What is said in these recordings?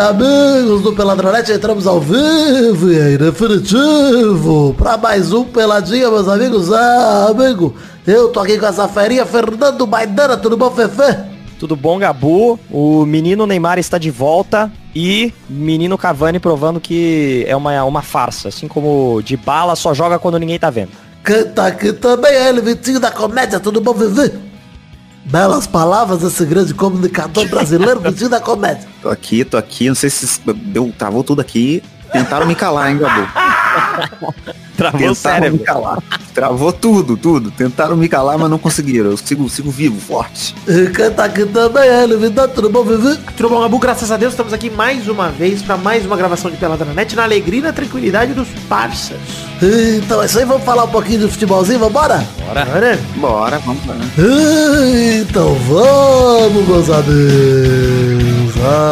Amigos do Peladronete, entramos ao vivo e em definitivo pra mais um Peladinha, meus amigos. Amigo, eu tô aqui com essa ferinha, Fernando Maidana, tudo bom, Fefe? Tudo bom, Gabu? O menino Neymar está de volta e menino Cavani provando que é uma farsa, assim como Dybala só joga quando ninguém tá vendo. Canta aqui também ele, Vitinho da Comédia, tudo bom, Vivi? Belas palavras desse grande comunicador brasileiro, Vitinho da Comédia. Tô aqui, não sei se travou tudo aqui. Tentaram me calar, hein, Gabu? Travou o cérebro. Me calar. Travou tudo. Tentaram me calar, mas não conseguiram. Eu sigo vivo, forte. E canta aqui também ele, Vidão, tudo bom, Vivi? Tudo bom, Gabu? Graças a Deus estamos aqui mais uma vez para mais uma gravação de Pelada na Net, na alegria e na tranquilidade dos parceiros. Então é isso aí, vamos falar um pouquinho de futebolzinho, vambora? Bora, vamos lá. Então vamos, meus amigos.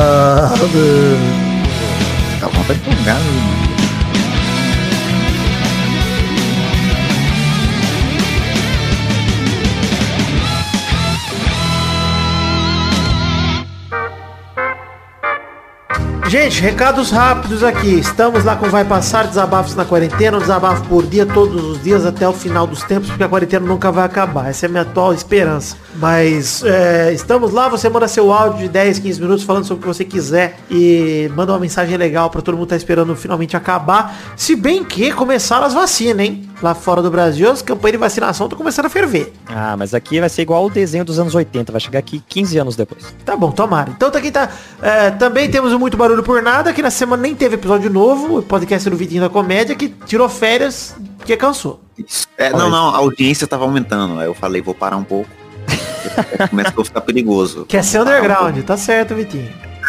Calma, vai pegar, Gente, recados rápidos aqui. Estamos lá com Vai Passar, desabafos na quarentena, um desabafo por dia, todos os dias, até o final dos tempos, porque a quarentena nunca vai acabar. Essa é a minha atual esperança. Mas estamos lá, você manda seu áudio de 10, 15 minutos falando sobre o que você quiser e manda uma mensagem legal pra todo mundo tá esperando finalmente acabar. Se bem que começaram as vacinas, hein? Lá fora do Brasil, as campanhas de vacinação estão começando a ferver. Ah, mas aqui vai ser igual o desenho dos anos 80, vai chegar aqui 15 anos depois. Tá bom, tomara. Então aqui tá. Também temos o Muito Barulho por Nada, que na semana nem teve episódio novo, o podcast do Vitinho da Comédia, que tirou férias porque cansou. Isso. A audiência tava aumentando. Aí eu falei, vou parar um pouco. Começou a ficar perigoso. Quer ser underground, tá certo, Vitinho.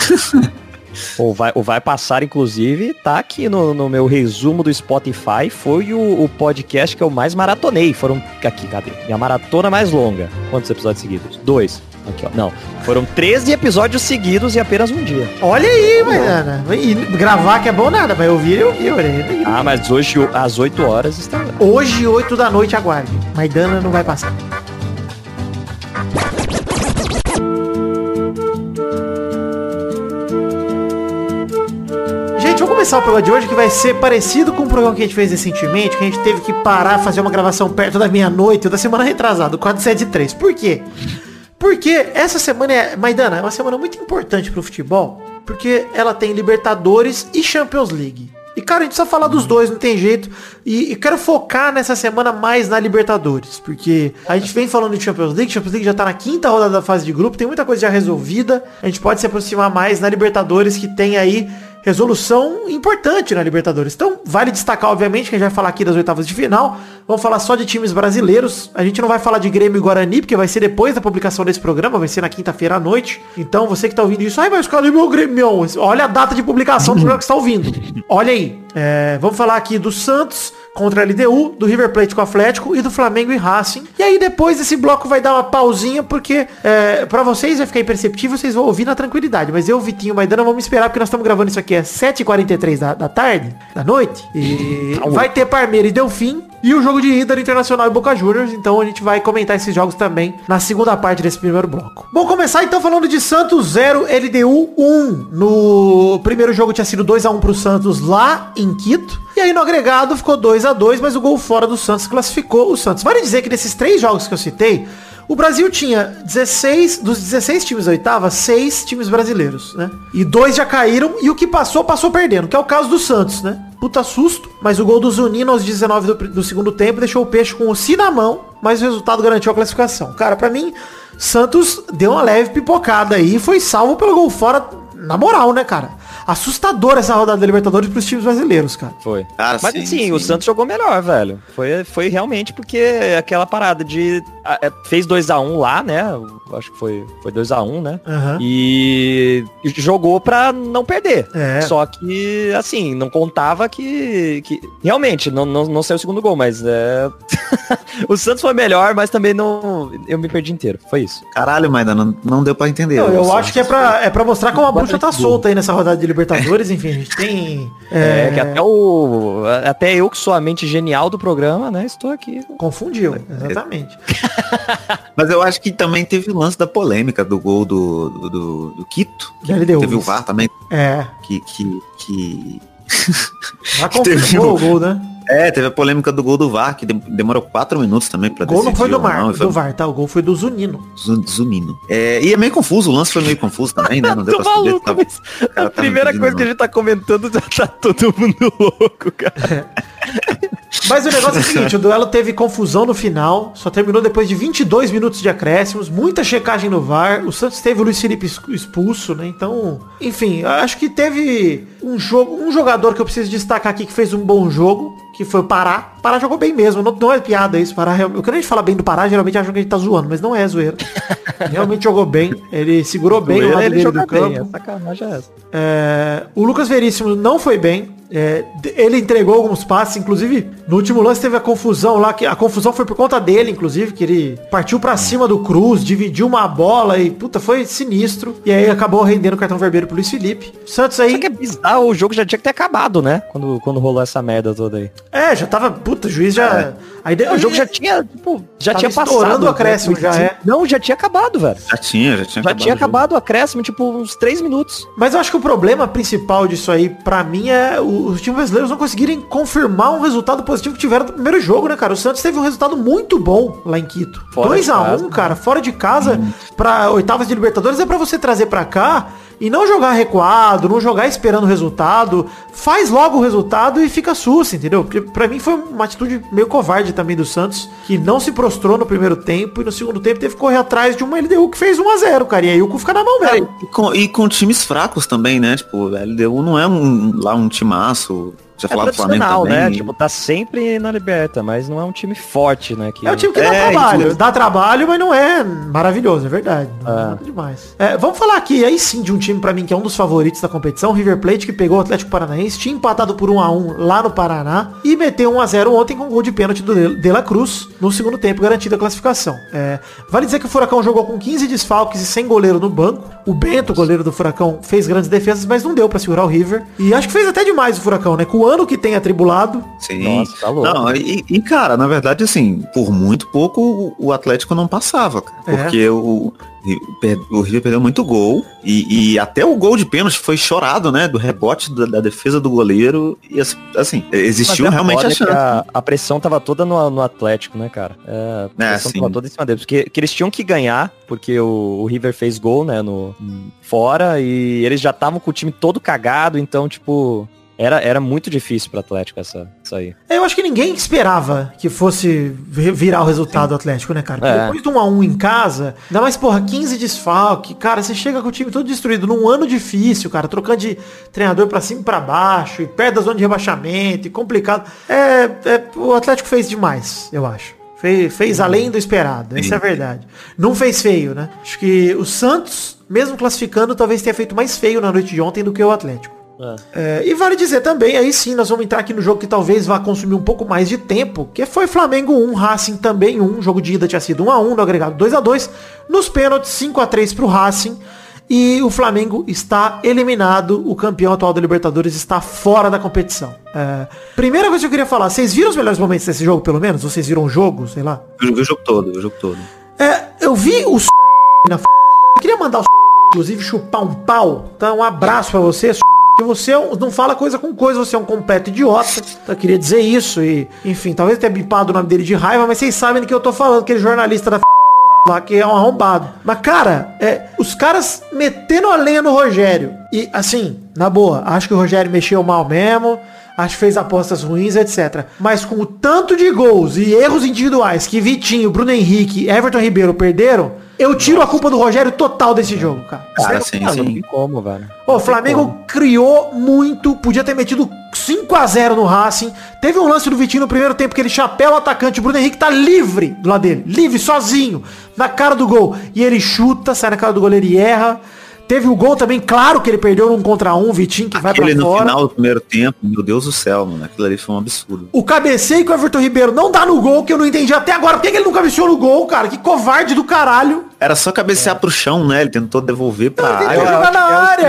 O Vai Passar, inclusive, tá aqui no meu resumo do Spotify. Foi o podcast que eu mais maratonei. Foram, aqui, cadê? Minha maratona mais longa. Quantos episódios seguidos? 2. Aqui, ó. Não, foram 13 episódios seguidos e apenas um dia. Olha aí, Maidana. E gravar que é bom nada, mas eu vi. Ah, mas hoje, às 8 horas, está... Hoje, 8 da noite, aguarde. Maidana não vai passar. Vamos começar o programa de hoje, que vai ser parecido com o programa que a gente fez recentemente, que a gente teve que parar, fazer uma gravação perto da meia-noite, da semana retrasada, 473. Por quê? Porque essa semana Maidana, é uma semana muito importante pro futebol, porque ela tem Libertadores e Champions League. E, cara, a gente precisa falar dos dois, não tem jeito. E quero focar nessa semana mais na Libertadores. Porque a gente vem falando de Champions League já tá na 5ª rodada da fase de grupo, tem muita coisa já resolvida. A gente pode se aproximar mais na Libertadores, que tem aí resolução importante na Libertadores. Então, vale destacar, obviamente, que a gente vai falar aqui das oitavas de final. Vamos falar só de times brasileiros. A gente não vai falar de Grêmio e Guarani, porque vai ser depois da publicação desse programa, vai ser na quinta-feira à noite. Então, você que tá ouvindo isso, mas cadê meu Grêmio? Olha a data de publicação do programa que você tá ouvindo. Olha aí. Vamos falar aqui do Santos contra a LDU, do River Plate com o Atlético e do Flamengo e Racing. E aí depois esse bloco vai dar uma pausinha, porque pra vocês vai ficar imperceptível, vocês vão ouvir na tranquilidade. Mas eu, Vitinho e Maidana, vamos esperar, porque nós estamos gravando isso aqui às 7h43 da tarde, da noite. E vai ter Parmeira e Delfim. E o jogo de ida do Internacional e Boca Juniors. Então a gente vai comentar esses jogos também na segunda parte desse primeiro bloco. Bom, começar então falando de Santos 0, LDU 1. No primeiro jogo tinha sido 2-1 pro Santos lá em Quito. E aí no agregado ficou 2-2, mas o gol fora do Santos classificou o Santos. Vale dizer que nesses 3 jogos que eu citei, o Brasil tinha 16, dos 16 times da oitava, 6 times brasileiros, né? E 2 já caíram, e o que passou perdendo, que é o caso do Santos, né? Puta susto, mas o gol do Zunino aos 19 do segundo tempo deixou o Peixe com o si na mão, mas o resultado garantiu a classificação. Cara, pra mim, Santos deu uma leve pipocada aí e foi salvo pelo gol fora, na moral, né, cara? Assustadora essa rodada da Libertadores pros times brasileiros, cara. Foi. Ah, mas sim, o Santos jogou melhor, velho. Foi realmente porque aquela parada de... fez 2-1 lá, né? Acho que foi 2-1, né? Uhum. E jogou pra não perder. É. Só que, assim, não contava que realmente, não saiu o segundo gol, mas o Santos foi melhor, mas também não... Eu me perdi inteiro. Foi isso. Caralho, Maidana, não deu pra entender. Eu acho que é pra mostrar como a bruxa tá solta aí nessa rodada de Libertadores, enfim, a gente tem... Que até eu que sou a mente genial do programa, né, estou aqui. Confundiu, exatamente. Mas eu acho que também teve o lance da polêmica do gol do Quito. LDU. Teve o VAR também. Que já confirmou o gol, né? Teve a polêmica do gol do VAR, que demorou 4 minutos também pra decidir. O gol não foi do VAR, tá? O gol foi do Zunino. Zunino. E é meio confuso, o lance foi meio confuso também, né? Não deu pra saber. Maluco, a primeira coisa que a gente tá comentando já tá todo mundo louco, cara. Mas o negócio é o seguinte, o duelo teve confusão no final, só terminou depois de 22 minutos de acréscimos, muita checagem no VAR, o Santos teve o Luiz Felipe expulso, né? Então, enfim, acho que teve um jogador que eu preciso destacar aqui que fez um bom jogo, que foi o Pará. O Pará jogou bem mesmo, não é piada isso. Pará, quando a gente fala bem do Pará, geralmente acham que a gente tá zoando, mas não é zoeira. Realmente jogou bem, ele segurou bem o lado dele do campo. Sacanagem é essa. O Lucas Veríssimo não foi bem. Ele entregou alguns passes, inclusive no último lance teve a confusão lá, que a confusão foi por conta dele, inclusive, que ele partiu pra cima do Cruz, dividiu uma bola e, puta, foi sinistro. E aí acabou rendendo o cartão vermelho pro Luiz Felipe. Santos aí... Só que é bizarro, o jogo já tinha que ter acabado, né? Quando rolou essa merda toda aí. Já tava, puta, o juiz já... O jogo já tinha, tipo, já tinha passado o acréscimo, né? Não, já tinha acabado, velho. Já tinha acabado o acréscimo, tipo, uns 3 minutos. Mas eu acho que o problema principal disso aí, pra mim, é os times brasileiros não conseguirem confirmar um resultado positivo que tiveram no primeiro jogo, né, cara? O Santos teve um resultado muito bom lá em Quito. 2-1, cara, fora de casa, pra oitavas de Libertadores, é pra você trazer pra cá e não jogar recuado, não jogar esperando o resultado. Faz logo o resultado e fica sussa, entendeu? Porque pra mim foi uma atitude meio covarde também do Santos, que não se prostrou no primeiro tempo e no segundo tempo teve que correr atrás de uma LDU que fez 1-0, cara. E aí o cu fica na mão mesmo. E com times fracos também, né? Tipo, a LDU não é um timaço. Já falava do Flamengo também. Né? Tipo, tá sempre na Liberta, mas não é um time forte, né? É um time que dá trabalho. Dá trabalho, mas não é maravilhoso, é verdade. Não é nada demais. Vamos falar aqui, aí sim, de um time pra mim que é um dos favoritos da competição, o River Plate, que pegou o Atlético Paranaense, tinha empatado por 1-1 lá no Paraná e meteu 1-0 ontem com um gol de pênalti do De La Cruz no segundo tempo, garantida a classificação. Vale dizer que o Furacão jogou com 15 desfalques e sem goleiro no banco. O Bento, goleiro do Furacão, fez grandes defesas, mas não deu pra segurar o River. E acho que fez até demais o Furacão, né? Com o ano que tem atribulado. Sim. Nossa, tá louco. Não, cara, na verdade, assim, por muito pouco o Atlético não passava, cara. Porque o River perdeu muito gol e até o gol de pênalti foi chorado, né? Do rebote da defesa do goleiro e assim, existiu realmente a chance. A pressão tava toda no Atlético, né, cara? A pressão tava toda em cima deles, porque eles tinham que ganhar, porque o River fez gol, né, fora e eles já estavam com o time todo cagado, então, tipo... Era muito difícil pro Atlético essa aí. Eu acho que ninguém esperava que fosse virar o resultado do Atlético, né, cara? Porque depois de 1-1 em casa, ainda mais, 15 desfalque, cara, você chega com o time todo destruído num ano difícil, cara, trocando de treinador pra cima e pra baixo, e perto da zona de rebaixamento, e complicado. O Atlético fez demais, eu acho. Fez além do esperado, essa é a verdade. Não fez feio, né? Acho que o Santos, mesmo classificando, talvez tenha feito mais feio na noite de ontem do que o Atlético. E vale dizer também, aí sim, nós vamos entrar aqui no jogo que talvez vá consumir um pouco mais de tempo, que foi Flamengo 1, Racing também 1, jogo de ida tinha sido 1-1, no agregado 2-2, nos pênaltis 5-3 pro Racing, e o Flamengo está eliminado, o campeão atual da Libertadores está fora da competição. Primeira coisa que eu queria falar, vocês viram os melhores momentos desse jogo, pelo menos? Vocês viram o jogo, sei lá? Eu vi o jogo todo, eu vi o na eu queria mandar o inclusive chupar um pau, então um abraço pra você, que você não fala coisa com coisa, você é um completo idiota. Eu queria dizer isso e, enfim, talvez tenha bipado o nome dele de raiva, mas vocês sabem do que eu tô falando, aquele jornalista da lá que é um arrombado. Mas, cara, os caras metendo a lenha no Rogério. E, assim, na boa, acho que o Rogério mexeu mal mesmo, acho que fez apostas ruins, etc. Mas com o tanto de gols e erros individuais que Vitinho, Bruno Henrique e Everton Ribeiro perderam, eu tiro a culpa do Rogério total desse jogo, cara. Sim. Não tem como, velho. O Flamengo criou muito, podia ter metido 5-0 no Racing. Teve um lance do Vitinho no primeiro tempo que ele chapéu o atacante, o Bruno Henrique tá livre do lado dele, livre, sozinho, na cara do gol. E ele chuta, sai na cara do goleiro e erra. Teve o gol também, claro que ele perdeu num contra um, Vitinho que vai pra fora. No final do primeiro tempo, meu Deus do céu, mano, aquilo ali foi um absurdo. O cabeceio com o Everton Ribeiro não dá no gol, que eu não entendi até agora. Por que ele não cabeceou no gol, cara? Que covarde do caralho. Era só cabecear pro chão, né? Ele tentou devolver pra área. Jogar na área,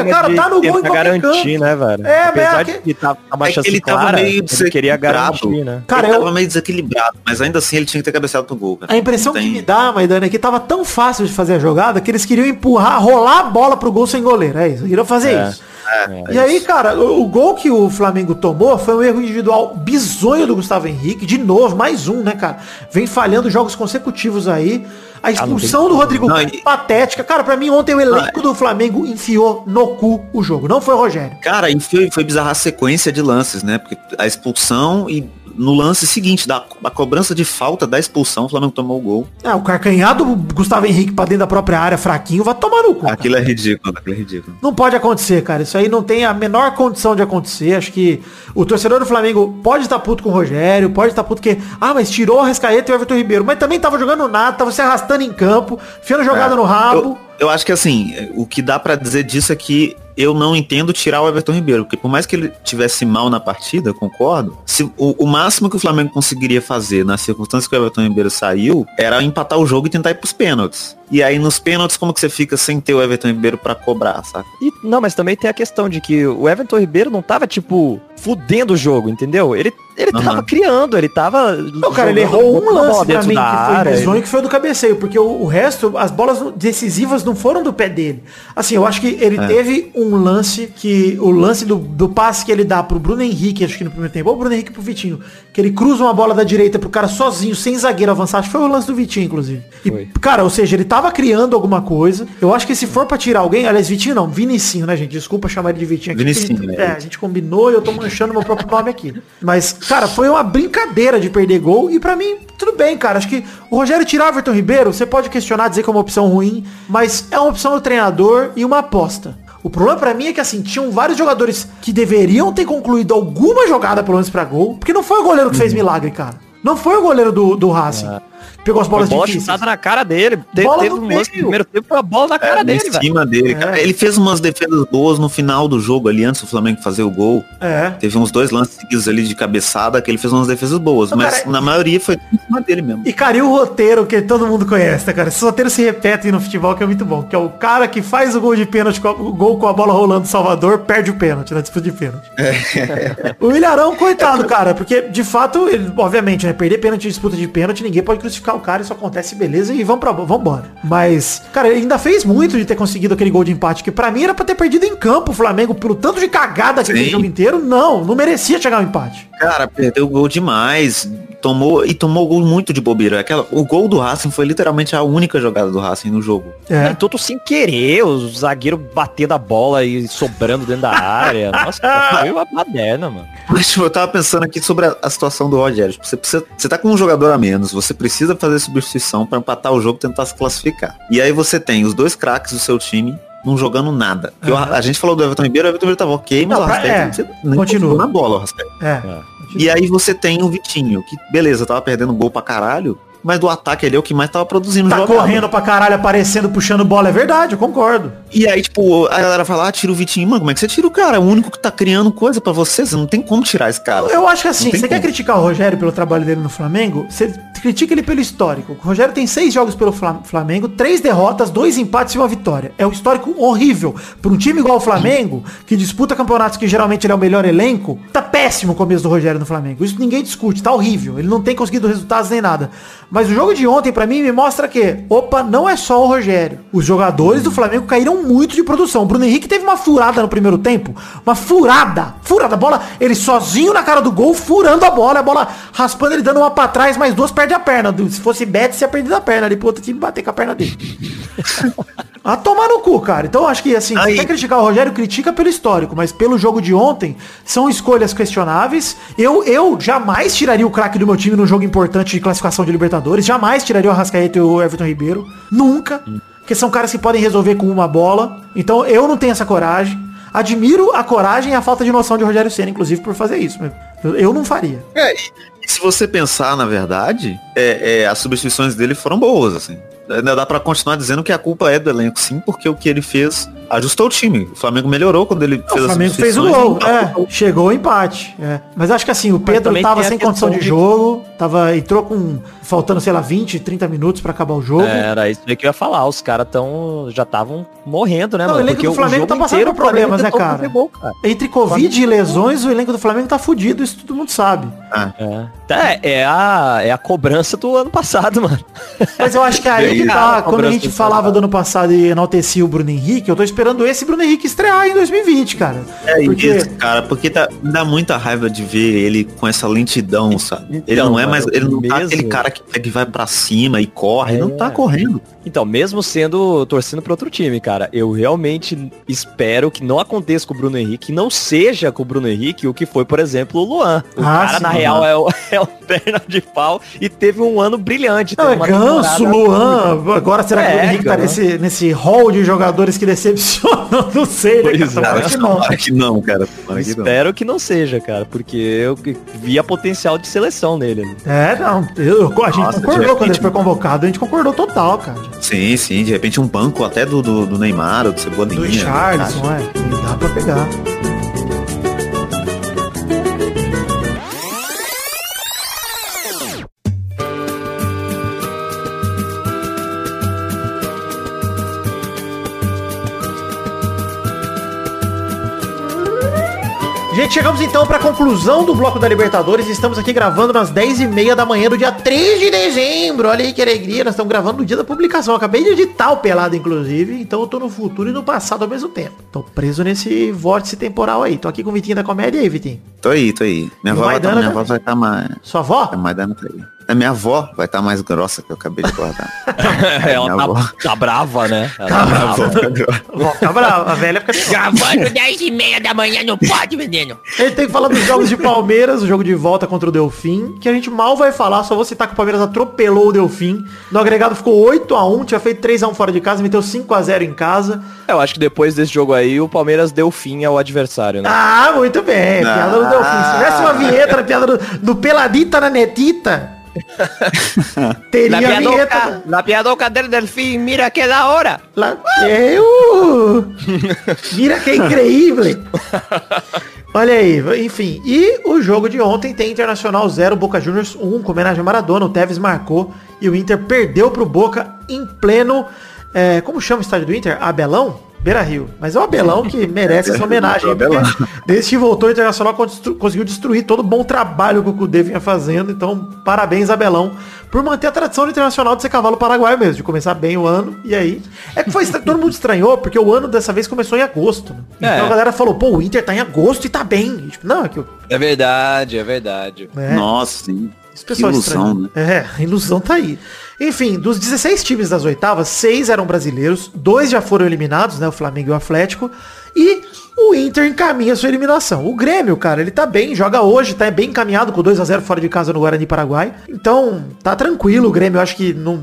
cara, tá no gol em qualquer garantir, né, velho? Apesar de que tá baixando ele tava meio ele queria garantir, né? Cara, ele tava meio desequilibrado, mas ainda assim ele tinha que ter cabeceado pro gol, cara. A impressão que me dá, Maidana, é que tava tão fácil de fazer a jogada que eles queriam empurrar, rolar a bola pro gol sem goleiro. É isso, eles queriam fazer isso. E aí, cara, o gol que o Flamengo tomou foi um erro individual bizonho do Gustavo Henrique. De novo, mais um, né, cara? Vem falhando jogos consecutivos aí. A expulsão do Rodrigo Caio, patética. Cara, pra mim ontem o elenco do Flamengo enfiou no cu o jogo. Não foi o Rogério. Cara, e foi bizarra a sequência de lances, né? Porque a expulsão e no lance seguinte, da cobrança de falta da expulsão, o Flamengo tomou o gol. O carcanhado do Gustavo Henrique pra dentro da própria área, fraquinho, vai tomar no cu. Aquilo é ridículo, aquilo é ridículo. Não pode acontecer, cara. Isso aí não tem a menor condição de acontecer. Acho que o torcedor do Flamengo pode estar puto com o Rogério, pode estar puto que, mas tirou o Arrascaeta e o Everton Ribeiro. Mas também tava jogando nada, tava se arrastando em campo, enfiando jogada no rabo. Eu acho que assim, o que dá pra dizer disso é que eu não entendo tirar o Everton Ribeiro, porque por mais que ele tivesse mal na partida, concordo, se o máximo que o Flamengo conseguiria fazer nas circunstâncias que o Everton Ribeiro saiu, era empatar o jogo e tentar ir pros pênaltis. E aí nos pênaltis, como que você fica sem ter o Everton Ribeiro pra cobrar, saca? Não, mas também tem a questão de que o Everton Ribeiro não tava, tipo, fudendo o jogo, entendeu? Ele tava criando, ele tava... Não, cara, ele errou um lance pra mim, que foi bizonho, que foi do cabeceio, porque o resto, as bolas decisivas não foram do pé dele. Assim, eu acho que ele teve um lance, o lance do passe que ele dá pro Bruno Henrique, acho que no primeiro tempo, ou o Bruno Henrique pro Vitinho, que ele cruza uma bola da direita pro cara sozinho, sem zagueiro avançar, acho que foi o lance do Vitinho, inclusive. E, cara, ou seja, ele tava criando alguma coisa. Eu acho que se for pra tirar alguém, aliás, Vitinho não, Vinicinho, né, gente? Desculpa chamar ele de Vitinho aqui. Vinicinho, a gente combinou e eu tô manchando meu próprio nome aqui. Mas, cara, foi uma brincadeira de perder gol e pra mim, tudo bem, cara. Acho que o Rogério tirar o Everton Ribeiro, você pode questionar, dizer que é uma opção ruim, mas é uma opção do treinador e uma aposta. O problema pra mim é que, assim, tinham vários jogadores que deveriam ter concluído alguma jogada, pelo menos pra gol, porque não foi o goleiro que fez milagre, cara. Não foi o goleiro do Racing. Pegou as bolas difíceis. Chutada na cara dele. Teve um lance no primeiro tempo, foi a bola na cara dele, velho. Em cima dele. Cara, ele fez umas defesas boas no final do jogo ali, antes do Flamengo fazer o gol. Teve uns 2 lances seguidos ali de cabeçada, que ele fez umas defesas boas. Mas cara, na maioria foi em cima dele mesmo. E, cara, e o roteiro que todo mundo conhece, né, cara? Esse roteiro se repete no futebol, que é muito bom. Que é o cara que faz o gol de pênalti, o gol com a bola rolando do Salvador, perde o pênalti, na disputa de pênalti. O Ilharão, coitado, cara, porque, de fato, ele, obviamente, né, perder pênalti em disputa de pênalti, ninguém pode crucificar o cara, isso acontece, beleza, e vambora. Mas, cara, ele ainda fez muito de ter conseguido aquele gol de empate, que pra mim era pra ter perdido em campo o Flamengo, pelo tanto de cagada que fez o jogo inteiro, não merecia chegar ao empate. Cara, perdeu o gol demais, tomou o gol muito de bobeira. O gol do Racing foi literalmente a única jogada do Racing no jogo. Tudo sem querer, o zagueiro batendo a bola e sobrando dentro da área. Nossa, foi uma baderna, mano. Mas tipo, eu tava pensando aqui sobre a situação do Rogério. Você tá com um jogador a menos, você precisa fazer substituição pra empatar o jogo e tentar se classificar. E aí você tem os 2 craques do seu time não jogando nada. A gente falou do Everton Ribeiro, o Everton Ribeiro tava ok, mas o Arrascaeta continua na bola, o Arrascaeta. E aí você tem o Vitinho, que beleza, tava perdendo gol pra caralho, mas do ataque ele é o que mais tava produzindo jogada. Correndo pra caralho, aparecendo, puxando bola, é verdade, eu concordo. E aí, tipo, a galera fala, tira o Vitinho. Mano, como é que você tira o cara? É o único que tá criando coisa pra você não tem como tirar esse cara. Eu acho que assim, você quer criticar o Rogério pelo trabalho dele no Flamengo, você critica ele pelo histórico. O Rogério tem 6 jogos pelo Flamengo, 3 derrotas, 2 empates e 1 vitória. É um histórico horrível. Pra um time igual o Flamengo, que disputa campeonatos que geralmente ele é o melhor elenco, tá péssimo o começo do Rogério no Flamengo. Isso ninguém discute, tá horrível. Ele não tem conseguido resultados nem nada. Mas o jogo de ontem, pra mim, me mostra que, não é só o Rogério. Os jogadores do Flamengo caíram muito de produção. O Bruno Henrique teve uma furada no primeiro tempo. Uma furada. A bola, ele sozinho na cara do gol, furando a bola raspando, ele dando uma pra trás, mais 2 perde a perna. Se fosse Betis, ia perder a perna ali pro outro time bater com a perna dele. A tomar no cu, cara. Então acho que assim, se quer criticar o Rogério, critica pelo histórico, mas pelo jogo de ontem, são escolhas questionáveis. Eu jamais tiraria o craque do meu time num jogo importante de classificação de Libertadores, jamais tiraria o Arrascaeta e o Everton Ribeiro, nunca, porque são caras que podem resolver com uma bola. Então eu não tenho essa coragem. Admiro a coragem e a falta de noção de Rogério Ceni, inclusive, por fazer isso. Eu não faria. E se você pensar, na verdade, as substituições dele foram boas, assim. Ainda dá pra continuar dizendo que a culpa é do elenco, sim, porque o que ele fez ajustou o time. O Flamengo melhorou quando ele fez O Flamengo fez o gol, chegou o empate. Mas acho que assim, o Pedro tava sem condição de jogo, entrou faltando, sei lá, 20, 30 minutos pra acabar o jogo. Era isso que eu ia falar, os caras já estavam morrendo, né, mano? O elenco do Flamengo tá passando por problemas, né, cara? Entre Covid e lesões, o elenco do Flamengo tá fudido, isso todo mundo sabe. É a cobrança do ano passado, mano. Mas eu acho que aí que tá, quando a gente falava do ano passado e enaltecia o Bruno Henrique, eu tô esperando esse Bruno Henrique estrear em 2020, cara. Porque... isso, cara, porque dá muita raiva de ver ele com essa lentidão, sabe? Ele não é mais, ele não tá aquele cara que vai pra cima e corre, ele não tá correndo. Então, mesmo torcendo pra outro time, cara, eu realmente espero que não aconteça com o Bruno Henrique, não seja com o Bruno Henrique o que foi, por exemplo, o Luan. O cara, na real, é o perna de pau e teve um ano brilhante. Ganso, Luan, agora será que o Bruno Henrique tá nesse hall de jogadores que decepcionam? Não sei, né, cara? Que não, cara. Espero que não seja, cara, porque eu vi a potencial de seleção nele. A gente concordou quando ele foi convocado, a gente concordou total, cara. Sim, de repente um banco até do Neymar ou do Cebolinha. Do Charles, dá pra pegar. Gente, chegamos então para a conclusão do bloco da Libertadores. Estamos aqui gravando nas 10h30 da manhã do dia 3 de dezembro. Olha aí que alegria, nós estamos gravando no dia da publicação. Eu acabei de editar o Pelado, inclusive. Então eu tô no futuro e no passado ao mesmo tempo. Tô preso nesse vórtice temporal aí. Tô aqui com o Vitinho da Comédia. E aí, Vitinho? Tô aí. Minha avó vai estar mais... Sua avó? A Maidana tá aí. A minha avó vai estar mais grossa, que eu acabei de guardar. Ela tá brava, né? Tá brava. A velha fica... Gravando 10h30 da manhã, não pode, menino. A gente tem que falar dos jogos de Palmeiras, o jogo de volta contra o Delfim, que a gente mal vai falar, só vou citar que o Palmeiras atropelou o Delfim. No agregado ficou 8-1, tinha feito 3-1 fora de casa, meteu 5-0 em casa. Eu acho que depois desse jogo aí, o Palmeiras deu fim ao adversário, né? Ah, muito bem. Piada do Delfim. Se tivesse uma vinheta na piada do Peladita na Netita... teria vinheta. La piadoca del Delfim, mira que da hora. Mira que incrível. Olha aí, enfim. E o jogo de ontem tem Internacional 0, Boca Juniors 1, com homenagem a Maradona. O Tevez marcou e o Inter perdeu pro Boca em pleno... como chama o estádio do Inter? Abelão? Beira-Rio. Mas é o Abelão que merece essa homenagem. Desde que voltou, o Internacional conseguiu destruir todo o bom trabalho que o Cudê vinha fazendo. Então, parabéns, Abelão, por manter a tradição do Internacional de ser cavalo paraguaio mesmo, de começar bem o ano. E aí, todo mundo estranhou, porque o ano dessa vez começou em agosto. Né? Então a galera falou, pô, o Inter tá em agosto e tá bem. E, tipo, não, é que É verdade. Nossa, sim. Que ilusão, né? A ilusão tá aí. Enfim, dos 16 times das oitavas, 6 eram brasileiros, 2 já foram eliminados, né? O Flamengo e o Atlético. E o Inter encaminha sua eliminação. O Grêmio, cara, ele tá bem, joga hoje, tá bem encaminhado com 2-0 fora de casa no Guarani Paraguai. Então, tá tranquilo, o Grêmio eu acho que não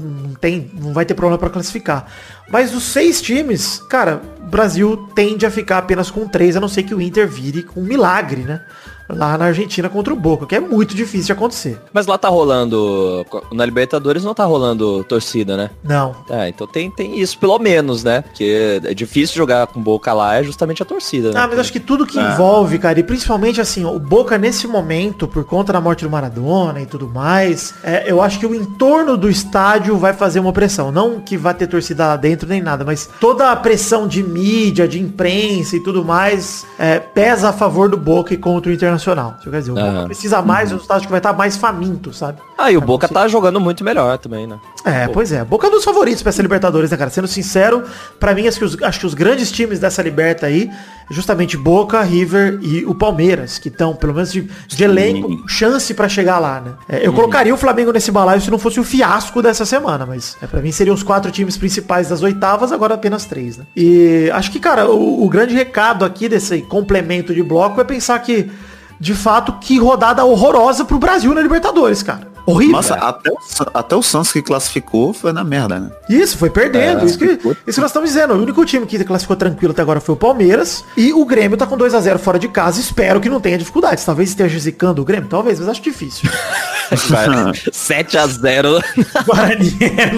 vai ter problema pra classificar. Mas dos 6 times, cara, o Brasil tende a ficar apenas com 3, a não ser que o Inter vire com um milagre, né? Lá na Argentina contra o Boca, que é muito difícil de acontecer. Mas lá tá rolando, na Libertadores não tá rolando torcida, né? Não. Então tem isso pelo menos, né? Porque é difícil jogar com Boca lá, é justamente a torcida, né? Mas acho que tudo que envolve, cara, e principalmente assim, o Boca nesse momento, por conta da morte do Maradona e tudo mais, eu acho que o entorno do estádio vai fazer uma pressão. Não que vá ter torcida lá dentro nem nada, mas toda a pressão de mídia, de imprensa e tudo mais, pesa a favor do Boca e contra o Internacional. Quer dizer, o Boca precisa mais, o estádio que vai estar mais faminto, sabe? E o Boca tá jogando muito melhor também, né? Pois é. Boca é um dos favoritos pra essa Libertadores, né, cara? Sendo sincero, pra mim, acho que os grandes times dessa Liberta aí, justamente Boca, River e o Palmeiras, que estão, pelo menos de elenco, chance pra chegar lá, né? Eu colocaria o Flamengo nesse balaio se não fosse o fiasco dessa semana, mas pra mim seriam os 4 times principais das oitavas, agora apenas 3, né? E acho que, cara, o grande recado aqui desse complemento de bloco é pensar que, de fato, que rodada horrorosa pro Brasil na Libertadores, cara. Horrível. Nossa, até o Santos que classificou foi na merda, né? Isso, foi perdendo. Isso que nós estamos dizendo. O único time que classificou tranquilo até agora foi o Palmeiras. E o Grêmio tá com 2-0 fora de casa. Espero que não tenha dificuldades. Talvez esteja zicando o Grêmio. Talvez, mas acho difícil. 7-0. Guarani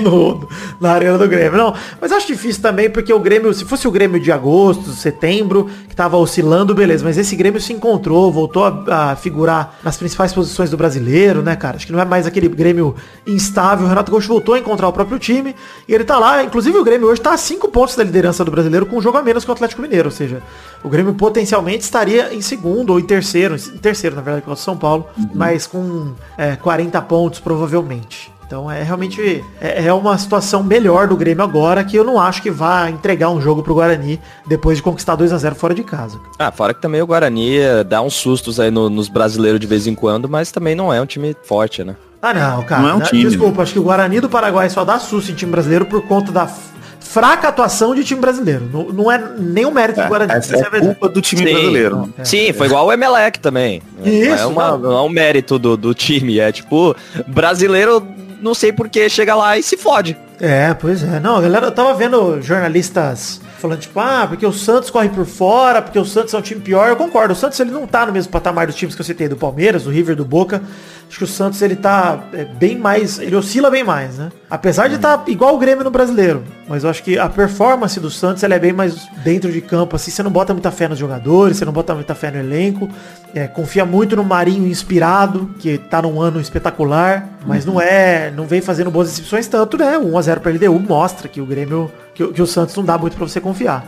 na Arena do Grêmio. Não, mas acho difícil também, porque o Grêmio, se fosse o Grêmio de agosto, setembro, que tava oscilando, beleza. Mas esse Grêmio se encontrou, voltou a figurar nas principais posições do brasileiro, né, cara? Acho que não é mais aquele Grêmio instável. O Renato Gaúcho voltou a encontrar o próprio time e ele tá lá. Inclusive o Grêmio hoje tá a 5 pontos da liderança do brasileiro com um jogo a menos que o Atlético Mineiro. Ou seja, o Grêmio potencialmente estaria em segundo ou em terceiro, na verdade, com o São Paulo, mas com 40 pontos provavelmente. Então é realmente uma situação melhor do Grêmio agora, que eu não acho que vá entregar um jogo pro Guarani depois de conquistar 2-0 fora de casa. Fora que também o Guarani dá uns sustos aí nos brasileiros de vez em quando, mas também não é um time forte, né? Não, cara. Não é um time. Desculpa, acho que o Guarani do Paraguai só dá susto em time brasileiro por conta da fraca atuação de time brasileiro. Não é nenhum mérito do Guarani. Essa é culpa do time brasileiro. Sim, foi igual o Emelec também. Isso, não é um mérito do time. É tipo, brasileiro, não sei por que chega lá e se fode. Pois é. Não, galera, eu tava vendo jornalistas falando, tipo, porque o Santos corre por fora, porque o Santos é um time pior. Eu concordo, o Santos ele não tá no mesmo patamar dos times que eu citei, do Palmeiras, do River, do Boca. Acho que o Santos ele tá bem mais, ele oscila bem mais, né? Apesar de estar igual o Grêmio no brasileiro. Mas eu acho que a performance do Santos ela é bem mais dentro de campo, assim. Você não bota muita fé nos jogadores, você não bota muita fé no elenco. Confia muito no Marinho inspirado, que tá num ano espetacular, mas não vem fazendo boas exibições tanto, né? 1-0 pra LDU mostra que o Grêmio, que o Santos não dá muito pra você confiar.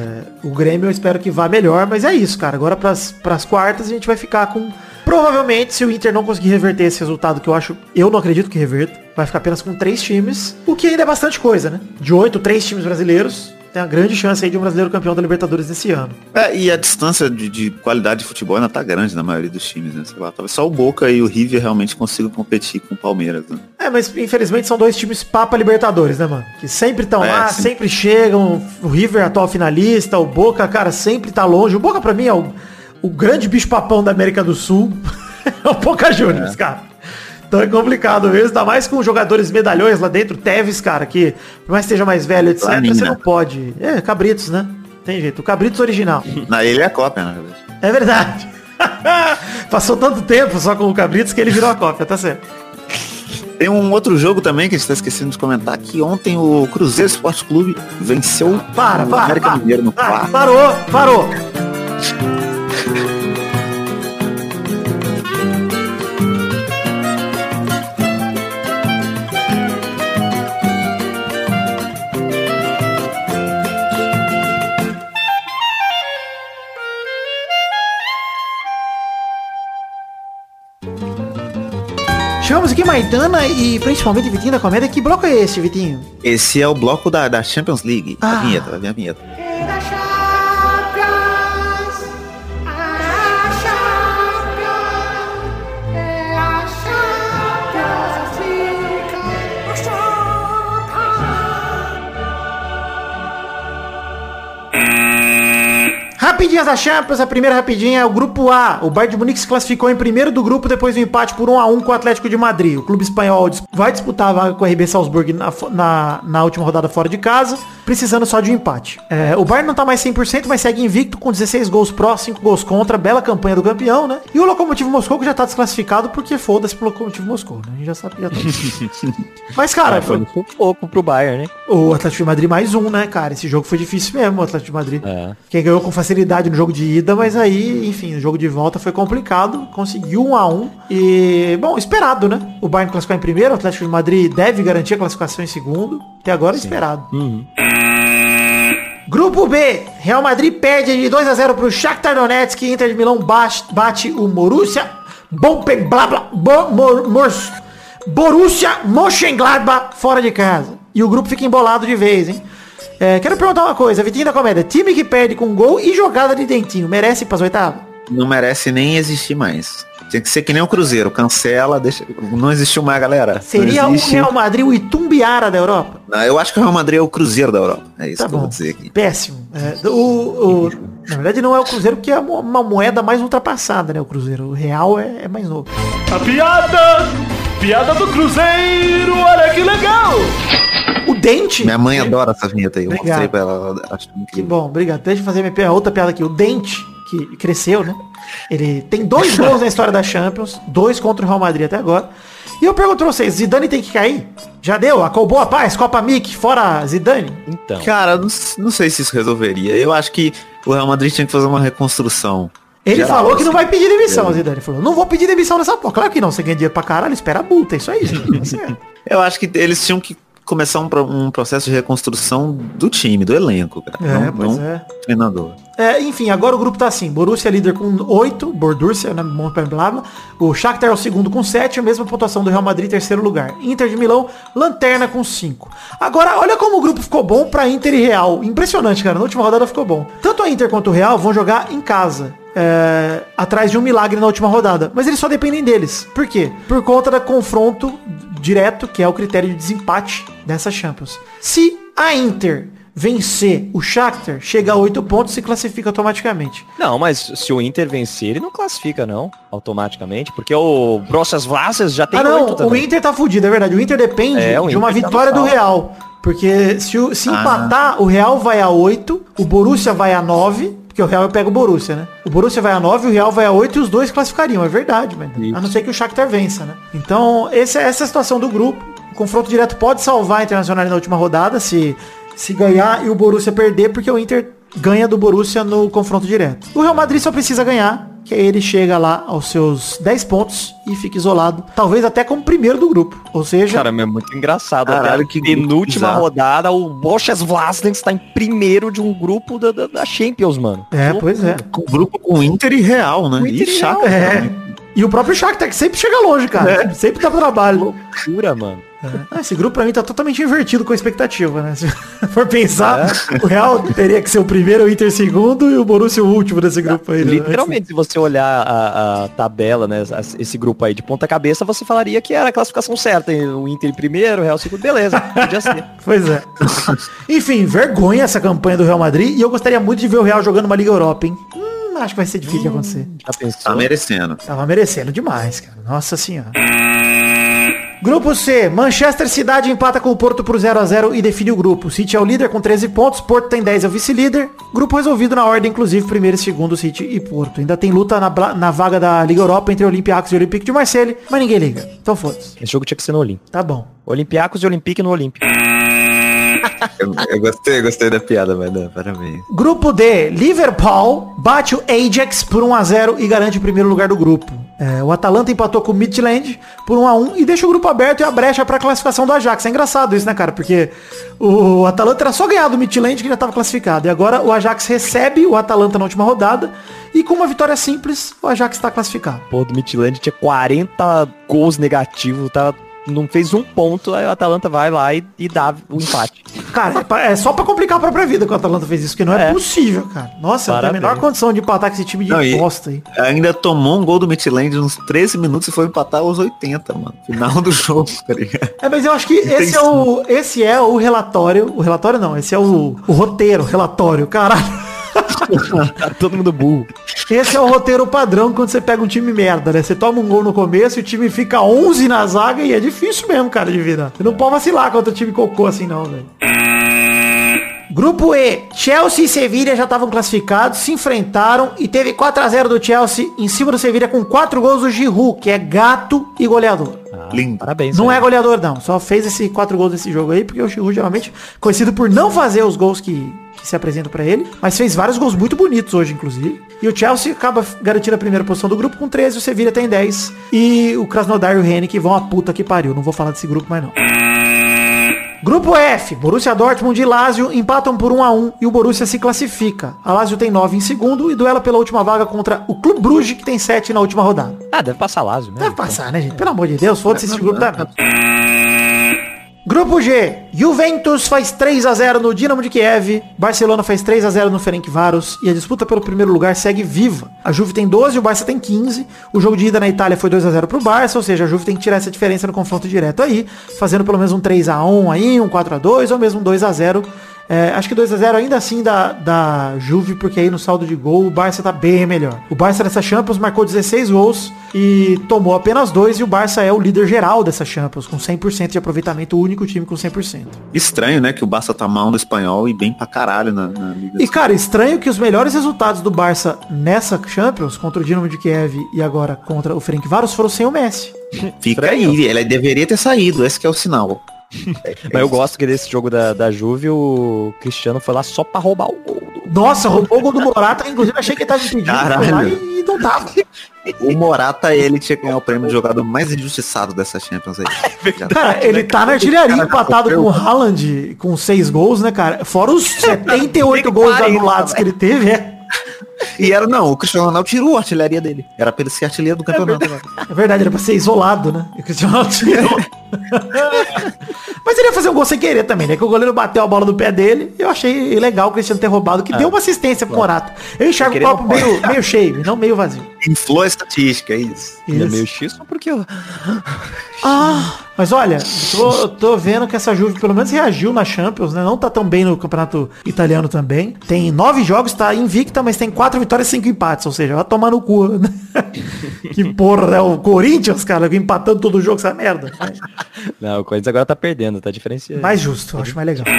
O Grêmio eu espero que vá melhor, mas é isso, cara. Agora pras quartas a gente vai ficar com... Provavelmente, se o Inter não conseguir reverter esse resultado, que eu não acredito que reverta, vai ficar apenas com 3 times, o que ainda é bastante coisa, né? De 8, 3 times brasileiros, tem a grande chance aí de um brasileiro campeão da Libertadores nesse ano. E a distância de qualidade de futebol ainda tá grande na maioria dos times, né? Sei lá, talvez só o Boca e o River realmente consigam competir com o Palmeiras, né? Mas infelizmente são 2 times papa Libertadores, né, mano? Que sempre estão lá, sim. sempre chegam. O River, atual finalista, o Boca, cara, sempre tá longe. O Boca, pra mim, é o grande bicho-papão da América do Sul. É o Boca Juniors, cara. Então é complicado mesmo, ainda mais com jogadores medalhões lá dentro. Tevez, cara, que por mais que esteja mais velho, etc, você não pode. Cabritos, né? Tem jeito. O Cabritos original. Ele é a cópia, na verdade. É verdade. Passou tanto tempo só com o Cabritos que ele virou a cópia, tá certo. Tem um outro jogo também que a gente tá esquecendo de comentar, que ontem o Cruzeiro Esporte Clube venceu o América Mineiro no quarto. Parou. Chegamos aqui, Maidana e principalmente Vitinho da Comédia. Que bloco é esse, Vitinho? Esse é o bloco da Champions League. A vinheta, vai vir a vinheta. Rapidinhas da Champions, a primeira rapidinha é o grupo A. O Bayern de Munique se classificou em primeiro do grupo depois do empate por 1-1 com o Atlético de Madrid. O clube espanhol vai disputar a vaga com o RB Salzburg na última rodada fora de casa, precisando só de um empate. O Bayern não tá mais 100%, mas segue invicto com 16 gols pró, 5 gols contra, bela campanha do campeão, né? E o Lokomotiv Moscou que já tá desclassificado porque foda-se pro Lokomotiv Moscou, né? A gente já sabe que já tá. Mas, cara, foi um pouco pro Bayern, né? O Atlético de Madrid mais um, né, cara? Esse jogo foi difícil mesmo, o Atlético de Madrid. Quem ganhou com facilidade no jogo de ida, mas aí, enfim, no jogo de volta foi complicado, conseguiu 1-1 e, bom, esperado, né? O Bayern classificou em primeiro, o Atlético de Madrid deve garantir a classificação em segundo, até agora esperado. Grupo B, Real Madrid perde de 2-0 pro Shakhtar Donetsk, Inter de Milão bate o Borussia Mönchengladbach fora de casa. E o grupo fica embolado de vez, hein? Quero perguntar uma coisa, Vitinho da Comédia. Time que perde com gol e jogada de dentinho, merece ir pras oitavas? Não merece nem existir mais. Tinha que ser que nem o Cruzeiro, cancela, deixa... Não existiu mais, galera. Seria o Real Madrid o Itumbiara da Europa? Não, eu acho que o Real Madrid é o Cruzeiro da Europa. É isso que eu vou dizer aqui. Péssimo. Na verdade não é o Cruzeiro porque é uma moeda mais ultrapassada, né? O Cruzeiro. O Real é mais novo. A piada do Cruzeiro, olha que legal! O Dente. Minha mãe adora essa vinheta aí. Eu Obrigado. mostrei pra ela. Acho que bom, obrigado. Deixa eu fazer minha outra piada aqui. O Dente, que cresceu, né? Ele tem 2 gols na história da Champions, 2 contra o Real Madrid até agora. E eu pergunto pra vocês, Zidane tem que cair? Já deu? Acabou a paz? Copa Mickey, fora Zidane? Então. Cara, não sei se isso resolveria. Eu acho que o Real Madrid tinha que fazer uma reconstrução. Ele geral, falou que não assim. vai pedir demissão, Zidane. Ele falou, não vou pedir demissão nessa porra. Claro que não, você ganha dinheiro pra caralho, espera a multa, é isso aí. Eu acho que eles tinham que começar um processo de reconstrução do time, do elenco, cara. Não treinador. Enfim, agora o grupo tá assim. Borussia é líder com 8, Borussia, né? O Shakhtar é o segundo com 7, a mesma pontuação do Real Madrid, terceiro lugar. Inter de Milão, lanterna com 5. Agora, olha como o grupo ficou bom pra Inter e Real. Impressionante, cara. Na última rodada ficou bom. Tanto a Inter quanto o Real vão jogar em casa. Atrás de um milagre na última rodada. Mas eles só dependem deles. Por quê? Por conta do confronto direto, que é o critério de desempate dessa Champions. Se a Inter vencer o Shakhtar, chega a 8 pontos e se classifica automaticamente. Não, mas se o Inter vencer, ele não classifica, não, automaticamente, porque o Brossas Vlasas já tem 8 também. O Inter tá fudido, é verdade. O Inter depende de uma vitória do Real. Porque se empatar, o Real vai a 8, o Borussia vai a 9, porque o Real pega o Borussia, né? O Borussia vai a 9, o Real vai a 8 e os dois classificariam, é verdade, mas a não ser que o Shakhtar vença, né? Então, essa é a situação do grupo. O confronto direto pode salvar a Internacional na última rodada, se ganhar e o Borussia perder, porque o Inter ganha do Borussia no confronto direto. O Real Madrid só precisa ganhar, que aí ele chega lá aos seus 10 pontos e fica isolado, talvez até como primeiro do grupo. Ou seja... Cara, é muito engraçado. Caralho, até a penúltima rodada, o Brossas Vlasas está em primeiro de um grupo da Champions, mano. Pois é. Um grupo com Inter e Real, né? Inter e Real, E o próprio Shakhtar, que sempre chega longe, cara. Sempre dá pro trabalho. Loucura, mano. Esse grupo pra mim tá totalmente invertido com a expectativa, né? Se for pensar, o Real teria que ser o primeiro, o Inter segundo e o Borussia o último desse grupo aí. Literalmente, se você olhar a tabela, né, esse grupo aí de ponta cabeça, você falaria que era a classificação certa. O Inter em primeiro, o Real segundo, beleza, podia ser. Pois é. Enfim, vergonha essa campanha do Real Madrid e eu gostaria muito de ver o Real jogando uma Liga Europa, hein? Acho que vai ser difícil de acontecer. Tá merecendo. Tava merecendo demais, cara. Nossa senhora. Grupo C, Manchester City empata com o Porto por 0-0 e define o grupo. O City é o líder com 13 pontos, Porto tem 10, é o vice-líder. Grupo resolvido na ordem, inclusive, primeiro e segundo, City e Porto. Ainda tem luta na vaga da Liga Europa entre Olympiacos e Olympique de Marseille, mas ninguém liga. Então foda-se. Esse jogo tinha que ser no Olímpico. Tá bom. Olympiacos e Olympique no Olímpico. Eu gostei da piada, mas não, parabéns. Grupo D, Liverpool bate o Ajax por 1-0 e garante o primeiro lugar do grupo. O Atalanta empatou com o Midtjylland por 1-1 e deixa o grupo aberto e a brecha para a classificação do Ajax. É engraçado isso, né, cara? Porque o Atalanta era só ganhar do Midtjylland que já estava classificado. E agora o Ajax recebe o Atalanta na última rodada e com uma vitória simples, o Ajax está classificado. Pô, do Midtjylland tinha 40 gols negativos, não fez um ponto, aí o Atalanta vai lá e dá o empate. Cara, é só pra complicar a própria vida que o Atalanta fez isso, porque não é possível, cara. Nossa, não tem a menor condição de empatar com esse time de bosta aí. Ainda tomou um gol do Midtjylland uns 13 minutos e foi empatar aos 80, mano. Final do jogo, tá ligado? Mas eu acho que esse é o relatório. O relatório não, esse é o roteiro, relatório, caralho. Tá todo mundo burro. Esse é o roteiro padrão quando você pega um time merda, né? Você toma um gol no começo e o time fica 11 na zaga e é difícil mesmo, cara, de virar. Você não pode vacilar contra o time cocô assim não, velho. Grupo E, Chelsea e Sevilla já estavam classificados, se enfrentaram e teve 4-0 do Chelsea em cima do Sevilla com 4 gols do Giroud, que é gato e goleador. Lindo. Parabéns. Não é goleador não, só fez esses 4 gols nesse jogo aí, porque o Giroud geralmente conhecido por não fazer os gols que se apresentam pra ele, mas fez vários gols muito bonitos hoje, inclusive. E o Chelsea acaba garantindo a primeira posição do grupo com 13, o Sevilla tem 10 e o Krasnodar e o Hennick vão a puta que pariu. Não vou falar desse grupo mais não. Grupo F, Borussia Dortmund e Lazio empatam por 1-1 e o Borussia se classifica. A Lazio tem 9 em segundo e duela pela última vaga contra o Clube Bruges, que tem 7 na última rodada. Deve passar Lazio, né? Deve passar, né, gente? Pelo amor de Deus, foda-se esse grupo da... Grupo G, Juventus faz 3-0 no Dinamo de Kiev, Barcelona faz 3-0 no Ferencváros e a disputa pelo primeiro lugar segue viva. A Juve tem 12 e o Barça tem 15. O jogo de ida na Itália foi 2-0 pro Barça, ou seja, a Juve tem que tirar essa diferença no confronto direto aí, fazendo pelo menos um 3-1 aí, um 4-2 ou mesmo um 2-0 Acho que 2-0 ainda assim da Juve, porque aí no saldo de gol o Barça tá bem melhor. O Barça nessa Champions marcou 16 gols e tomou apenas 2, e o Barça é o líder geral dessa Champions, com 100% de aproveitamento, o único time com 100%. Estranho, né, que o Barça tá mal no espanhol e bem pra caralho na Liga. E cara, estranho que os melhores resultados do Barça nessa Champions, contra o Dinamo de Kiev e agora contra o Ferencváros, foram sem o Messi. Fica aí, ele deveria ter saído, esse que é o sinal. Mas eu gosto que desse jogo da Juve o Cristiano foi lá só pra roubar o gol. Nossa, roubou o gol do Morata, inclusive achei que ele tava impedido. E não tava. O Morata, ele tinha que ganhar o prêmio de jogador mais injustiçado dessa Champions aí. Cara, ele tá na artilharia empatado com o Haaland com 6 gols, né, cara? Fora os 78 gols anulados que ele teve, E o Cristiano Ronaldo tirou a artilharia dele. Era pra ele ser artilheiro do campeonato. É verdade, era pra ser isolado, né? E o Cristiano Ronaldo tirou. Mas ele ia fazer um gol sem querer também, né? Que o goleiro bateu a bola no pé dele. Eu achei legal o Cristiano ter roubado, que deu uma assistência pro Morata. Eu enxergo o copo meio cheio, não meio vazio. Inflou a estatística, é isso. É meio X, porque eu... Mas olha, eu tô vendo que essa Juve pelo menos reagiu na Champions, né? Não tá tão bem no campeonato italiano também. Tem 9 jogos, tá invicta, mas tem 4 vitórias e 5 empates. Ou seja, vai tomar no cu, né? Que porra, né? O Corinthians, cara, empatando todo o jogo, essa merda. Não, o Corinthians agora tá perdendo, tá diferenciando. Mais justo, eu acho mais legal.